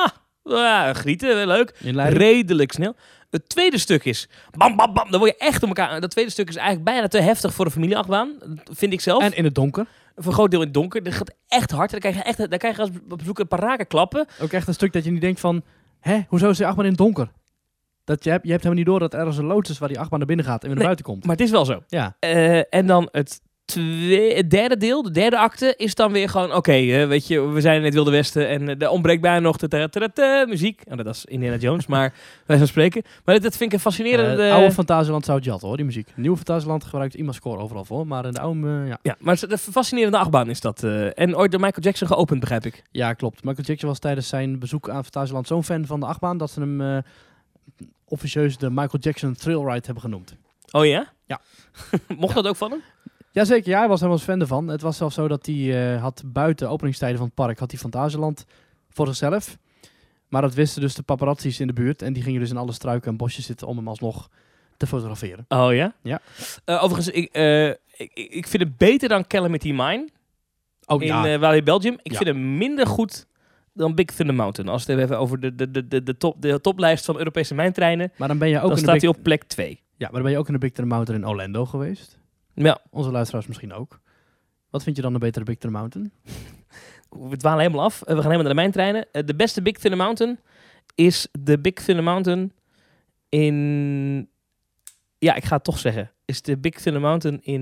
grieten, leuk. Inleiding. Redelijk snel. Het tweede stuk is bam, bam, bam. Dan word je echt op elkaar. Dat tweede stuk is eigenlijk bijna te heftig voor een familieachtbaan. Vind ik zelf. En in het donker. Voor een groot deel in het donker. Dat gaat echt hard. Dan krijg je als bezoeker een paar raken klappen. Ook echt een stuk dat je niet denkt van, hoezo is die achtbaan in het donker? Je hebt helemaal niet door dat er ergens een loods is waar die achtbaan naar binnen gaat en weer naar buiten komt. Maar het is wel zo. Ja. En dan het derde deel, de derde acte, is dan weer gewoon... Oké, weet je, we zijn in het Wilde Westen en er ontbreekt bijna nog de muziek. Nou, dat is Indiana Jones, maar wij van spreken. Maar dat vind ik een fascinerende... Het oude Fantasieland zou het jatten hoor, die muziek. Het nieuwe Fantasieland gebruikt IMA-score overal voor, maar in de oude, ja. Ja, maar het is een fascinerende achtbaan is dat. En ooit door Michael Jackson geopend, begrijp ik. Ja, klopt. Michael Jackson was tijdens zijn bezoek aan Fantasieland zo'n fan van de achtbaan dat ze hem officieus de Michael Jackson Thrill Ride hebben genoemd. Oh ja? Ja. Mocht dat ook van hem? Jazeker, ja, hij was helemaal fan ervan. Het was zelfs zo dat hij had buiten openingstijden van het park had hij Fantasieland voor zichzelf. Maar dat wisten dus de paparazzi's in de buurt en die gingen dus in alle struiken en bosjes zitten om hem alsnog te fotograferen. Oh ja? Ja. Overigens, ik vind het beter dan Calamity Mine Oh in Walibi Belgium. Ik Ja. vind hem minder goed dan Big Thunder Mountain. Als we het even over de toplijst van Europese mijntreinen, maar dan ben je ook dan in de staat Big... hij op plek 2. Ja, maar dan ben je ook in de Big Thunder Mountain in Orlando geweest. Ja, Onze luisteraars misschien ook. Wat vind je dan een betere Big Thunder Mountain? we dwalen helemaal af. We gaan helemaal naar de mijntreinen. De beste Big Thunder Mountain is de Big Thunder Mountain in... Ja, ik ga het toch zeggen. Is de Big Thunder Mountain in...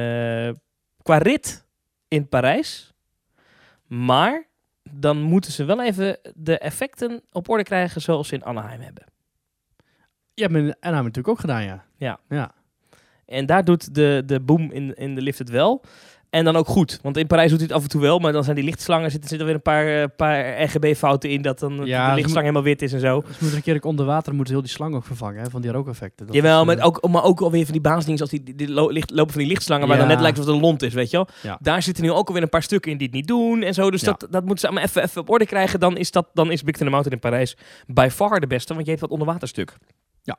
qua rit in Parijs. Maar dan moeten ze wel even de effecten op orde krijgen zoals ze in Anaheim hebben. Je hebt in Anaheim natuurlijk ook gedaan, ja. Ja. En daar doet de boom in de lift het wel. En dan ook goed. Want in Parijs doet hij het af en toe wel. Maar dan zijn die lichtslangen, zitten weer een paar RGB-fouten in. Dat dan de lichtslang helemaal wit is en zo. Dus moeten een keer onder water moeten heel die slang ook vervangen. Hè, van die rookeffecten. Jawel, maar ook alweer van die baansdingen. Zoals die lopen van die lichtslangen. Waar dan net lijkt alsof het een lont is, weet je wel. Ja. Daar zitten nu ook alweer een paar stukken in die het niet doen. En zo. Dus dat moeten ze allemaal even op orde krijgen. Dan is Big Thunder Mountain in Parijs by far de beste. Want je hebt dat onderwaterstuk. Ja.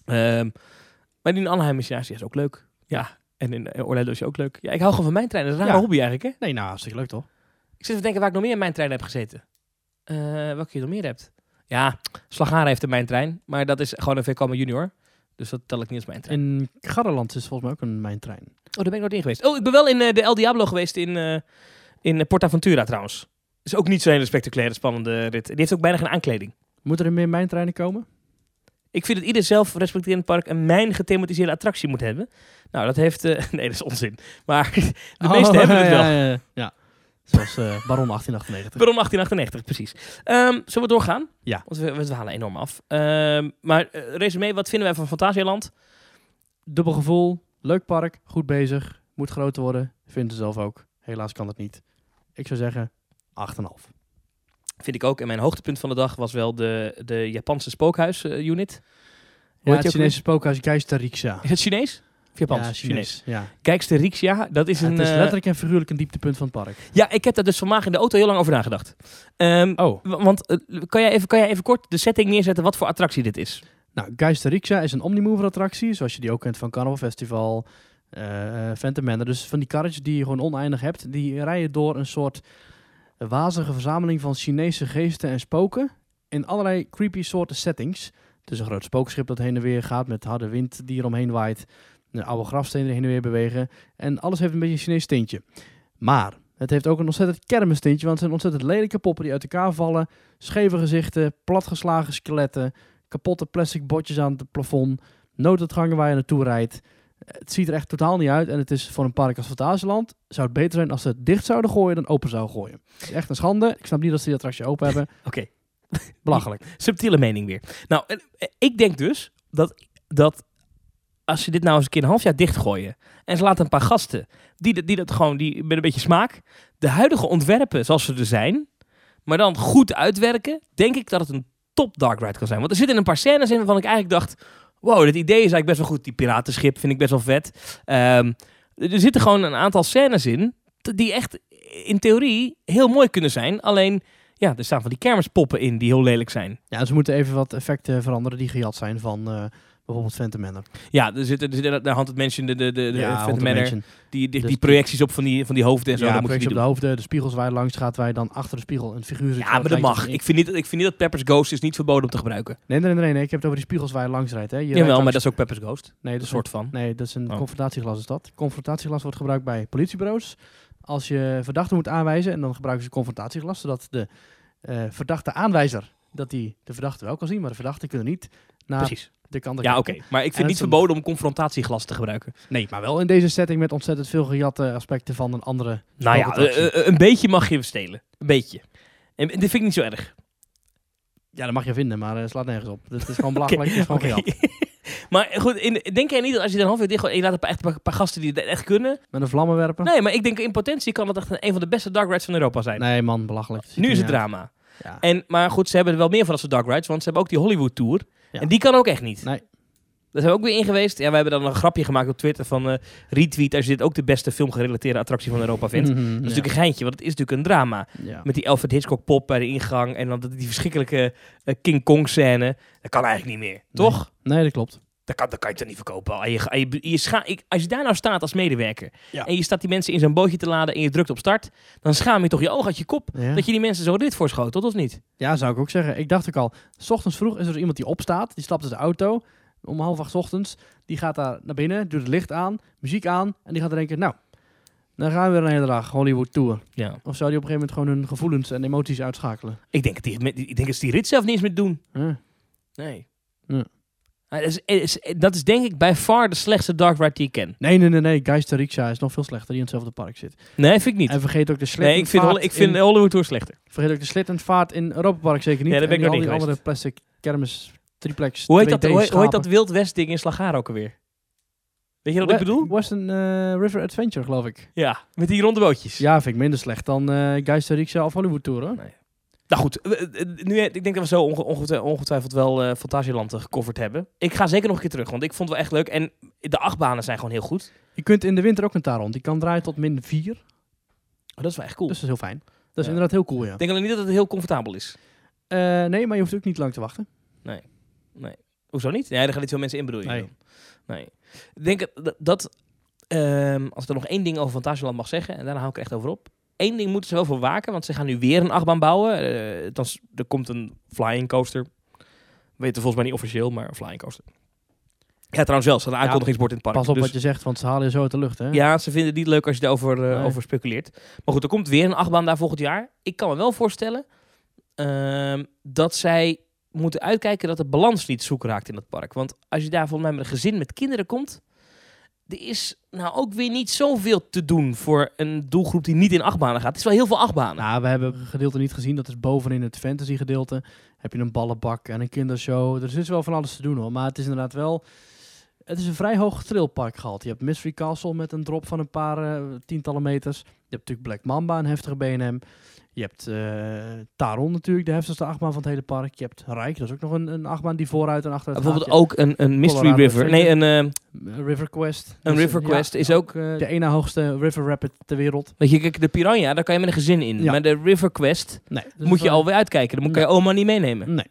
Maar die in Anaheim is ook leuk. Ja. En in Orlando is je ook leuk. Ja, ik hou gewoon van mijn trein. Dat is een rare hobby eigenlijk, hè? Nee, nou, hartstikke leuk toch? Ik zit even te denken waar ik nog meer in mijn trein heb gezeten. Welke je nog meer hebt? Ja, Slagharen heeft in mijn trein. Maar dat is gewoon een Vekoma Junior. Dus dat tel ik niet als mijn trein. In Gardaland is volgens mij ook een mijn trein. Oh, daar ben ik nooit in geweest. Oh, ik ben wel in de El Diablo geweest in PortAventura trouwens. Is ook niet zo'n hele spectaculaire, spannende rit. Die heeft ook bijna geen aankleding. Moeten er meer mijn treinen komen? Ik vind dat ieder zelfrespecterend park een mijn gethematiseerde attractie moet hebben. Nou, dat heeft... nee, dat is onzin. Maar de meeste hebben het wel. Ja. Zoals Baron 1898. Baron 1898, precies. Zullen we doorgaan? Ja. Want we dwalen enorm af. Maar resume, wat vinden wij van Fantasialand? Dubbel gevoel, leuk park, goed bezig, moet groter worden. Vinden ze zelf ook. Helaas kan het niet. Ik zou zeggen 8,5. Vind ik ook. En mijn hoogtepunt van de dag was wel de Japanse spookhuis-unit. Ja, het Chinese spookhuis Geisterriksha. Is het Chinees? Of Japans? Ja, Chinees. Ja. Geisterriksha, dat is het is letterlijk en figuurlijk een dieptepunt van het park. Ja, ik heb daar dus vandaag in de auto heel lang over nagedacht. Want kan jij even kort de setting neerzetten wat voor attractie dit is? Nou, Geisterriksha is een Omnimover attractie, zoals je die ook kent van Carnival Festival, Phantom Manor. Dus van die karretjes die je gewoon oneindig hebt, die rijden door een soort wazige verzameling van Chinese geesten en spoken in allerlei creepy soorten settings. Het is een groot spookschip dat heen en weer gaat met harde wind die eromheen waait. Een oude grafstenen heen en weer bewegen. En alles heeft een beetje een Chinees tintje. Maar het heeft ook een ontzettend kermistintje, want het zijn ontzettend lelijke poppen die uit elkaar vallen. Scheve gezichten, platgeslagen skeletten, kapotte plastic botjes aan het plafond, nooduitgangen waar je naartoe rijdt. Het ziet er echt totaal niet uit en het is voor een park als Fantasieland zou het beter zijn als ze het dicht zouden gooien dan open zouden gooien. Het is echt een schande. Ik snap niet dat ze die attractie open hebben. Oké. Belachelijk. Subtiele mening weer. Nou, ik denk dus dat als je dit nou eens een keer een half jaar dichtgooien en ze laten een paar gasten die dat gewoon die met een beetje smaak de huidige ontwerpen zoals ze er zijn, maar dan goed uitwerken, denk ik dat het een top dark ride kan zijn. Want er zitten een paar scènes in waarvan ik eigenlijk dacht, wow, dit idee is eigenlijk best wel goed. Die piratenschip vind ik best wel vet. Er zitten gewoon een aantal scènes in die echt in theorie heel mooi kunnen zijn. Alleen, ja, er staan van die kermispoppen in die heel lelijk zijn. Ja, ze moeten even wat effecten veranderen die gejat zijn van bijvoorbeeld Phantom Manor. Ja, er zit de Haunted Mansion, de Phantom Manor, die Dus projecties op van die hoofden en zo. Ja, projecties op de hoofden, de spiegels waar je langs gaat, waar je dan achter de spiegel een figuur zit. Ja, maar dat mag. Ik vind niet dat Pepper's Ghost is niet verboden om te gebruiken. Nee. Ik heb het over die spiegels waar je langs rijdt. Hè. Jawel, maar dat is ook Pepper's Ghost. Nee, dat een soort van. Nee, dat is een confrontatieglas is dat. Confrontatieglas wordt gebruikt bij politiebureaus. Als je verdachte moet aanwijzen, en dan gebruiken ze confrontatieglas, zodat de verdachte aanwijzer, dat die de verdachte wel kan zien, maar de verdachte kunnen niet naar Precies. de kant. Ja, oké. Maar ik vind het niet verboden om confrontatieglas te gebruiken. Nee, maar wel in deze setting met ontzettend veel gejatte aspecten van een andere. Nou ja, een beetje mag je stelen. Een beetje. En dit vind ik niet zo erg. Ja, dat mag je vinden, maar het slaat nergens op. Het is gewoon belachelijk. Het is gewoon gejat. Maar goed, denk jij niet dat als je dan half weer dicht gooit en je laat een paar gasten die het echt kunnen... Met een vlammenwerper? Nee, maar ik denk in potentie kan dat echt een van de beste dark rides van Europa zijn. Nee man, belachelijk. Nu is het drama. Ja. Maar goed, ze hebben er wel meer van als de dark rides, want ze hebben ook die Hollywood Tour. Ja. En die kan ook echt niet. Nee. Daar zijn we ook weer in geweest. Ja, we hebben dan een grapje gemaakt op Twitter van retweet als je dit ook de beste filmgerelateerde attractie van Europa vindt. Dat is natuurlijk een geintje, want het is natuurlijk een drama. Ja. Met die Alfred Hitchcock pop bij de ingang en dan die verschrikkelijke King Kong scène. Dat kan eigenlijk niet meer, toch? Nee, dat klopt. Dat kan je toch niet verkopen. Als je daar nou staat als medewerker en je staat die mensen in zo'n bootje te laden en je drukt op start, dan schaam je toch je oog uit je kop dat je die mensen zo dit voorschotelt, of niet? Ja, zou ik ook zeggen. Ik dacht ook al, 's ochtends vroeg is er iemand die opstaat, die stapt uit de auto om 7:30 ochtends, die gaat daar naar binnen, doet het licht aan, muziek aan en die gaat er denken, nou, Dan gaan we weer een hele dag Hollywood Tour. Ja. Of zou die op een gegeven moment gewoon hun gevoelens en emoties uitschakelen? Ik denk dat die rit zelf niet eens meer doen. Nee. Ja. Dat is denk ik bij far de slechtste dark ride die ik ken. Nee. Geister-Rikscha is nog veel slechter, die in hetzelfde park zit. Nee, vind ik niet. En vergeet ook de Nee, ik vind de Hollywood Tour slechter. Vergeet ook de slittenvaart in Europa Park zeker niet. Ja, daar ben ik en nog al niet die geweest. andere plastic kermis, triplex, Hoe heet 2D dat schapen. Wild West ding in Slagharen ook alweer? Weet je wat ik bedoel? Western River Adventure, geloof ik. Ja, met die ronde bootjes. Ja, vind ik minder slecht dan Geister-Rikscha of Hollywood Tour, hoor. Nee. Nou goed, ik denk dat we zo ongetwijfeld wel Fantasieland gecoverd hebben. Ik ga zeker nog een keer terug, want ik vond het wel echt leuk. En de achtbanen zijn gewoon heel goed. Je kunt in de winter ook een Taron. Die kan draaien tot -4. Oh, dat is wel echt cool. Dus dat is heel fijn. Dat is Ja. inderdaad heel cool, ja. Ik denk alleen niet dat het heel comfortabel is. Nee, maar je hoeft ook niet lang te wachten. Nee. Hoezo niet? Nee, daar gaan niet veel mensen in, bedoel je? Nee. Dan? Nee. Ik denk dat als ik er nog één ding over Fantasieland mag zeggen, en daarna hou ik er echt over op. Eén ding moeten ze wel voor waken, want ze gaan nu weer een achtbaan bouwen. Er komt een flying coaster. Weten volgens mij niet officieel, maar een flying coaster. Ja, trouwens wel. Ze hadden een aankondigingsbord in het park. Pas op Dus wat je zegt, want ze halen je zo uit de lucht, hè? ja, ze vinden het niet leuk als je daarover Nee. over speculeert. Maar goed, er komt weer een achtbaan daar volgend jaar. Ik kan me wel voorstellen dat zij moeten uitkijken dat de balans niet zoek raakt in het park. Want als je daar volgens mij met een gezin met kinderen komt, er is nou ook weer niet zoveel te doen voor een doelgroep die niet in achtbanen gaat. Het is wel heel veel achtbanen. Nou, we hebben het gedeelte niet gezien. Dat is bovenin het fantasy gedeelte. Heb je een ballenbak en een kindershow. Er is wel van alles te doen, hoor. Maar het is inderdaad wel... Het is een vrij hoog trilpark gehaald. Je hebt Mystery Castle met een drop van een paar tientallen meters. Je hebt natuurlijk Black Mamba, een heftige B&M. Je hebt Taron natuurlijk, de heftigste achtbaan van het hele park. Je hebt Rijk, dat is ook nog een achtbaan die vooruit en achteruit Bijvoorbeeld gaat. ook een Mystery Colorado River. Adventure. Nee, River Quest. een Dus, River Quest is ook... de ene hoogste river rapid ter wereld. weet je, kijk, de Piranha, daar kan je met een gezin in. Ja. Maar de River Quest Nee, dus moet je alweer uitkijken. Dan kan je oma niet meenemen. Nee.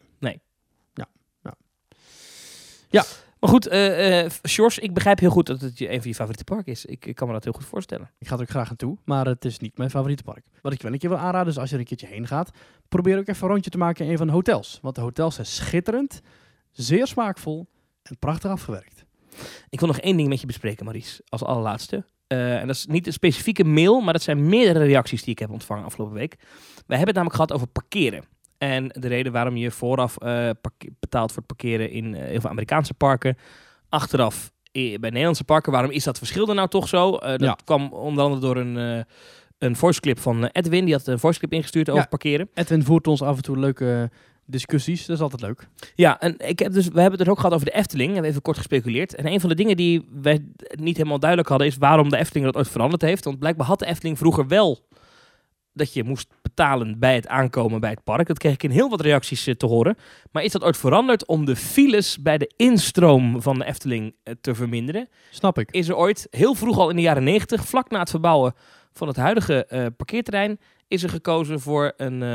Maar goed, Sjors, ik begrijp heel goed dat het een van je favoriete parken is. Ik kan me dat heel goed voorstellen. Ik ga er ook graag naartoe, maar het is niet mijn favoriete park. Wat ik wel een keer wil aanraden, is als je er een keertje heen gaat, probeer ook even een rondje te maken in een van de hotels. Want de hotels zijn schitterend, zeer smaakvol en prachtig afgewerkt. Ik wil nog één ding met je bespreken, Maurice, als allerlaatste. En dat is niet een specifieke mail, maar dat zijn meerdere reacties die ik heb ontvangen afgelopen week. Wij hebben het namelijk gehad over parkeren. En de reden waarom je vooraf betaalt voor het parkeren in heel veel Amerikaanse parken, achteraf bij Nederlandse parken, waarom is dat verschil er nou toch zo? Dat kwam onder andere door een voiceclip van Edwin. Die had een voiceclip ingestuurd over parkeren. Edwin voert ons af en toe leuke discussies, dat is altijd leuk. Ja, en we hebben het dus ook gehad over de Efteling. We hebben even kort gespeculeerd. En een van de dingen die wij niet helemaal duidelijk hadden, is waarom de Efteling dat ooit veranderd heeft. Want blijkbaar had de Efteling vroeger wel dat je moest betalen bij het aankomen bij het park. Dat kreeg ik in heel wat reacties te horen. Maar is dat ooit veranderd om de files bij de instroom van de Efteling te verminderen? Snap ik. Is er ooit, heel vroeg al in de jaren 90, vlak na het verbouwen van het huidige parkeerterrein, is er gekozen voor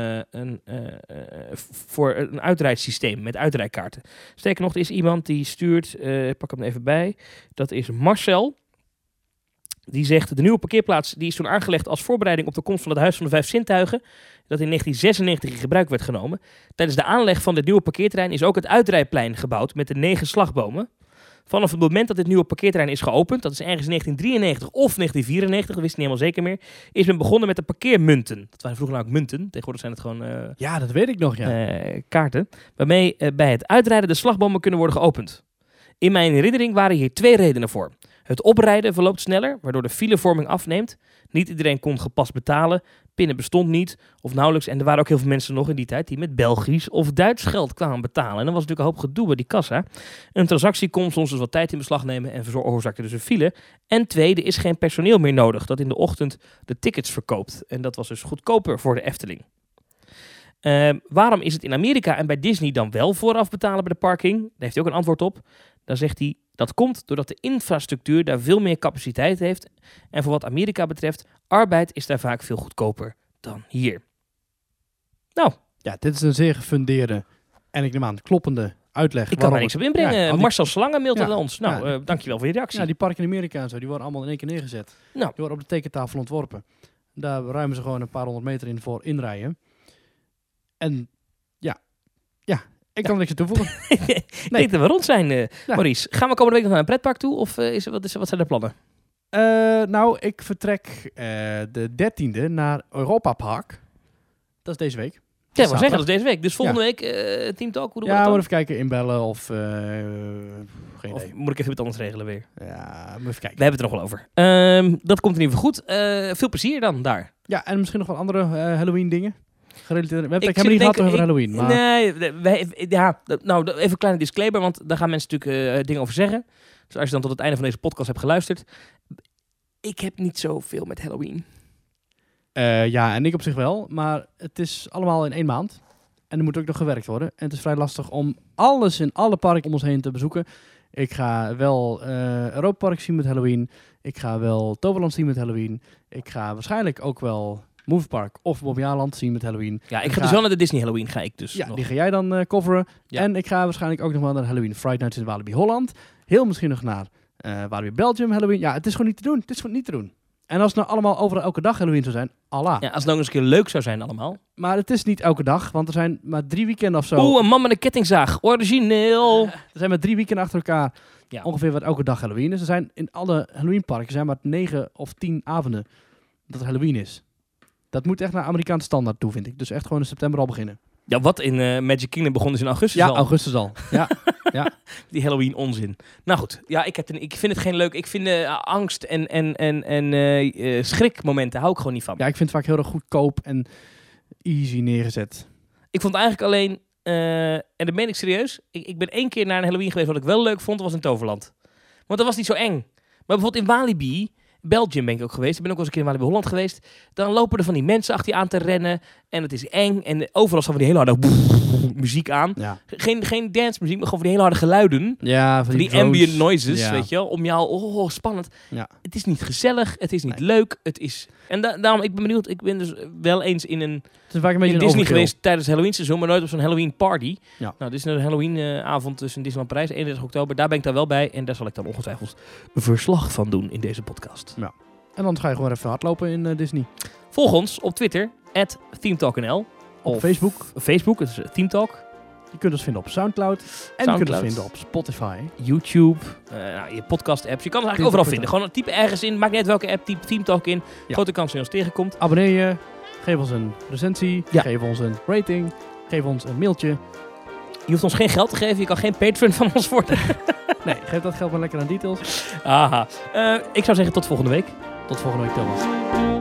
een uitrijsysteem met uitrijkaarten. Sterker nog, er is iemand die stuurt, ik pak hem even bij, dat is Marcel. Die zegt, de nieuwe parkeerplaats die is toen aangelegd als voorbereiding op de komst van het Huis van de Vijf Zintuigen, dat in 1996 in gebruik werd genomen. Tijdens de aanleg van dit nieuwe parkeerterrein is ook het uitrijplein gebouwd met de 9 slagbomen. Vanaf het moment dat dit nieuwe parkeerterrein is geopend, dat is ergens 1993 of 1994, dat wist ik niet helemaal zeker meer, is men begonnen met de parkeermunten. Dat waren vroeger namelijk munten, tegenwoordig zijn het gewoon Ja, dat weet ik nog, ja. kaarten, waarmee bij het uitrijden de slagbomen kunnen worden geopend. In mijn herinnering waren hier 2 redenen voor. Het oprijden verloopt sneller, waardoor de filevorming afneemt. Niet iedereen kon gepast betalen. Pinnen bestond niet, of nauwelijks. En er waren ook heel veel mensen nog in die tijd die met Belgisch of Duits geld kwamen betalen. En dan was natuurlijk een hoop gedoe bij die kassa. Een transactie kon soms dus wat tijd in beslag nemen en veroorzaakte dus een file. En 2, er is geen personeel meer nodig dat in de ochtend de tickets verkoopt. En dat was dus goedkoper voor de Efteling. Waarom is het in Amerika en bij Disney dan wel vooraf betalen bij de parking? Daar heeft hij ook een antwoord op. Dan zegt hij, dat komt doordat de infrastructuur daar veel meer capaciteit heeft. En voor wat Amerika betreft, arbeid is daar vaak veel goedkoper dan hier. Nou. Ja, dit is een zeer gefundeerde en ik neem aan kloppende uitleg. Ik kan daar niks op inbrengen. Ja, Marcel Slangen mailt aan ons. Nou, dankjewel voor je reactie. Ja, die parken in Amerika en zo, die worden allemaal in één keer neergezet. Nou. Die worden op de tekentafel ontworpen. Daar ruimen ze gewoon een paar 100 meter in voor inrijden. En ik kan niks aan toevoegen. Ik denk dat we rond zijn, Maurice. Gaan we komende week nog naar een pretpark toe? Of wat zijn de plannen? Nou, ik vertrek de 13e naar Europa Park. Dat is deze week. Ja, ik wil zeggen, dat is deze week. Dus volgende week Team Talk, hoe doen we dat dan? Even kijken, inbellen of... geen Of idee. moet ik even wat anders regelen weer? Ja, moet even kijken. We hebben het er nog wel over. Dat komt in ieder geval goed. Veel plezier dan daar. Ja, en misschien nog wel andere Halloween dingen. Gerelateerd. We hebben Ik het helemaal niet zit gehad te over denken, Halloween. Maar... Nou, even een kleine disclaimer, want daar gaan mensen natuurlijk dingen over zeggen. Dus als je dan tot het einde van deze podcast hebt geluisterd. Ik heb niet zoveel met Halloween. Ja, en ik op zich wel. Maar het is allemaal in 1 maand. En er moet ook nog gewerkt worden. En het is vrij lastig om alles in alle parken om ons heen te bezoeken. Ik ga wel Europa Park zien met Halloween. Ik ga wel Toverland zien met Halloween. Ik ga waarschijnlijk ook wel Move Park of Bobbejaanland zien met Halloween. Ja, ik ga dus wel naar de Disney Halloween, ga ik dus Ja, nog. die ga jij dan coveren. Ja. En ik ga waarschijnlijk ook nog wel naar Halloween Friday Nights in Walibi Holland. Heel misschien nog naar Walibi Belgium Halloween. Ja, het is gewoon niet te doen. Het is gewoon niet te doen. En als het nou allemaal overal elke dag Halloween zou zijn, Allah. Ja, als het nou eens een keer leuk zou zijn allemaal. Maar het is niet elke dag, want er zijn maar 3 weekenden of zo. Oeh, een man met een kettingzaag. Origineel. Er zijn maar 3 weekenden achter elkaar Ja. ongeveer wat elke dag Halloween is. Er zijn in alle Halloween-parken zijn maar 9 of 10 avonden dat het Halloween is. Dat moet echt naar Amerikaanse standaard toe, vind ik. Dus echt gewoon in september al beginnen. Ja, wat in Magic Kingdom begon dus in augustus Ja, al. augustus al. Ja. Die Halloween onzin. Nou goed, ja, ik vind het geen leuk. Ik vind angst en schrikmomenten hou ik gewoon niet van. Ja, ik vind het vaak heel erg goedkoop en easy neergezet. Ik vond eigenlijk alleen, en dat meen ik serieus, ik ben 1 keer naar een Halloween geweest wat ik wel leuk vond, was in Toverland. Want dat was niet zo eng. Maar bijvoorbeeld in Walibi, Belgium ben ik ook geweest, ik ben ook wel eens een keer in Walibi Holland geweest, dan lopen er van die mensen achter je aan te rennen en het is eng en overal staan van die hele harde muziek aan. Ja, Geen dance muziek, maar gewoon van die hele harde geluiden. ja Van die drones. ambient noises, Ja. weet je wel, om jou, spannend. Ja. Het is niet gezellig, het is niet leuk, het is... En daarom, ik ben benieuwd, ik ben dus wel eens in Het is vaak een beetje in een Disney overkill. geweest tijdens Halloween seizoen, maar nooit op zo'n Halloween party. Ja. Nou, dit is een Halloween avond tussen Disneyland Parijs, 31 oktober. Daar ben ik dan wel bij en daar zal ik dan ongetwijfeld verslag van doen in deze podcast. En dan ga je gewoon even hardlopen in Disney. Volg ons op Twitter, @ThemeTalkNL. Op Of Facebook. het is Themetalk. Je kunt ons vinden op Soundcloud. En je kunt ons vinden op Spotify. YouTube, je podcast-apps. Je kan ons eigenlijk overal vinden. Gewoon type ergens in, maakt niet uit welke app, type Themetalk in. Ja. Grote kans dat je ons tegenkomt. Abonneer je. Geef ons een recensie. Ja. Geef ons een rating. Geef ons een mailtje. Je hoeft ons geen geld te geven, je kan geen patron van ons worden. Nee, geef dat geld maar lekker aan Details. Aha. Ik zou zeggen tot volgende week. Tot volgende week, Thomas.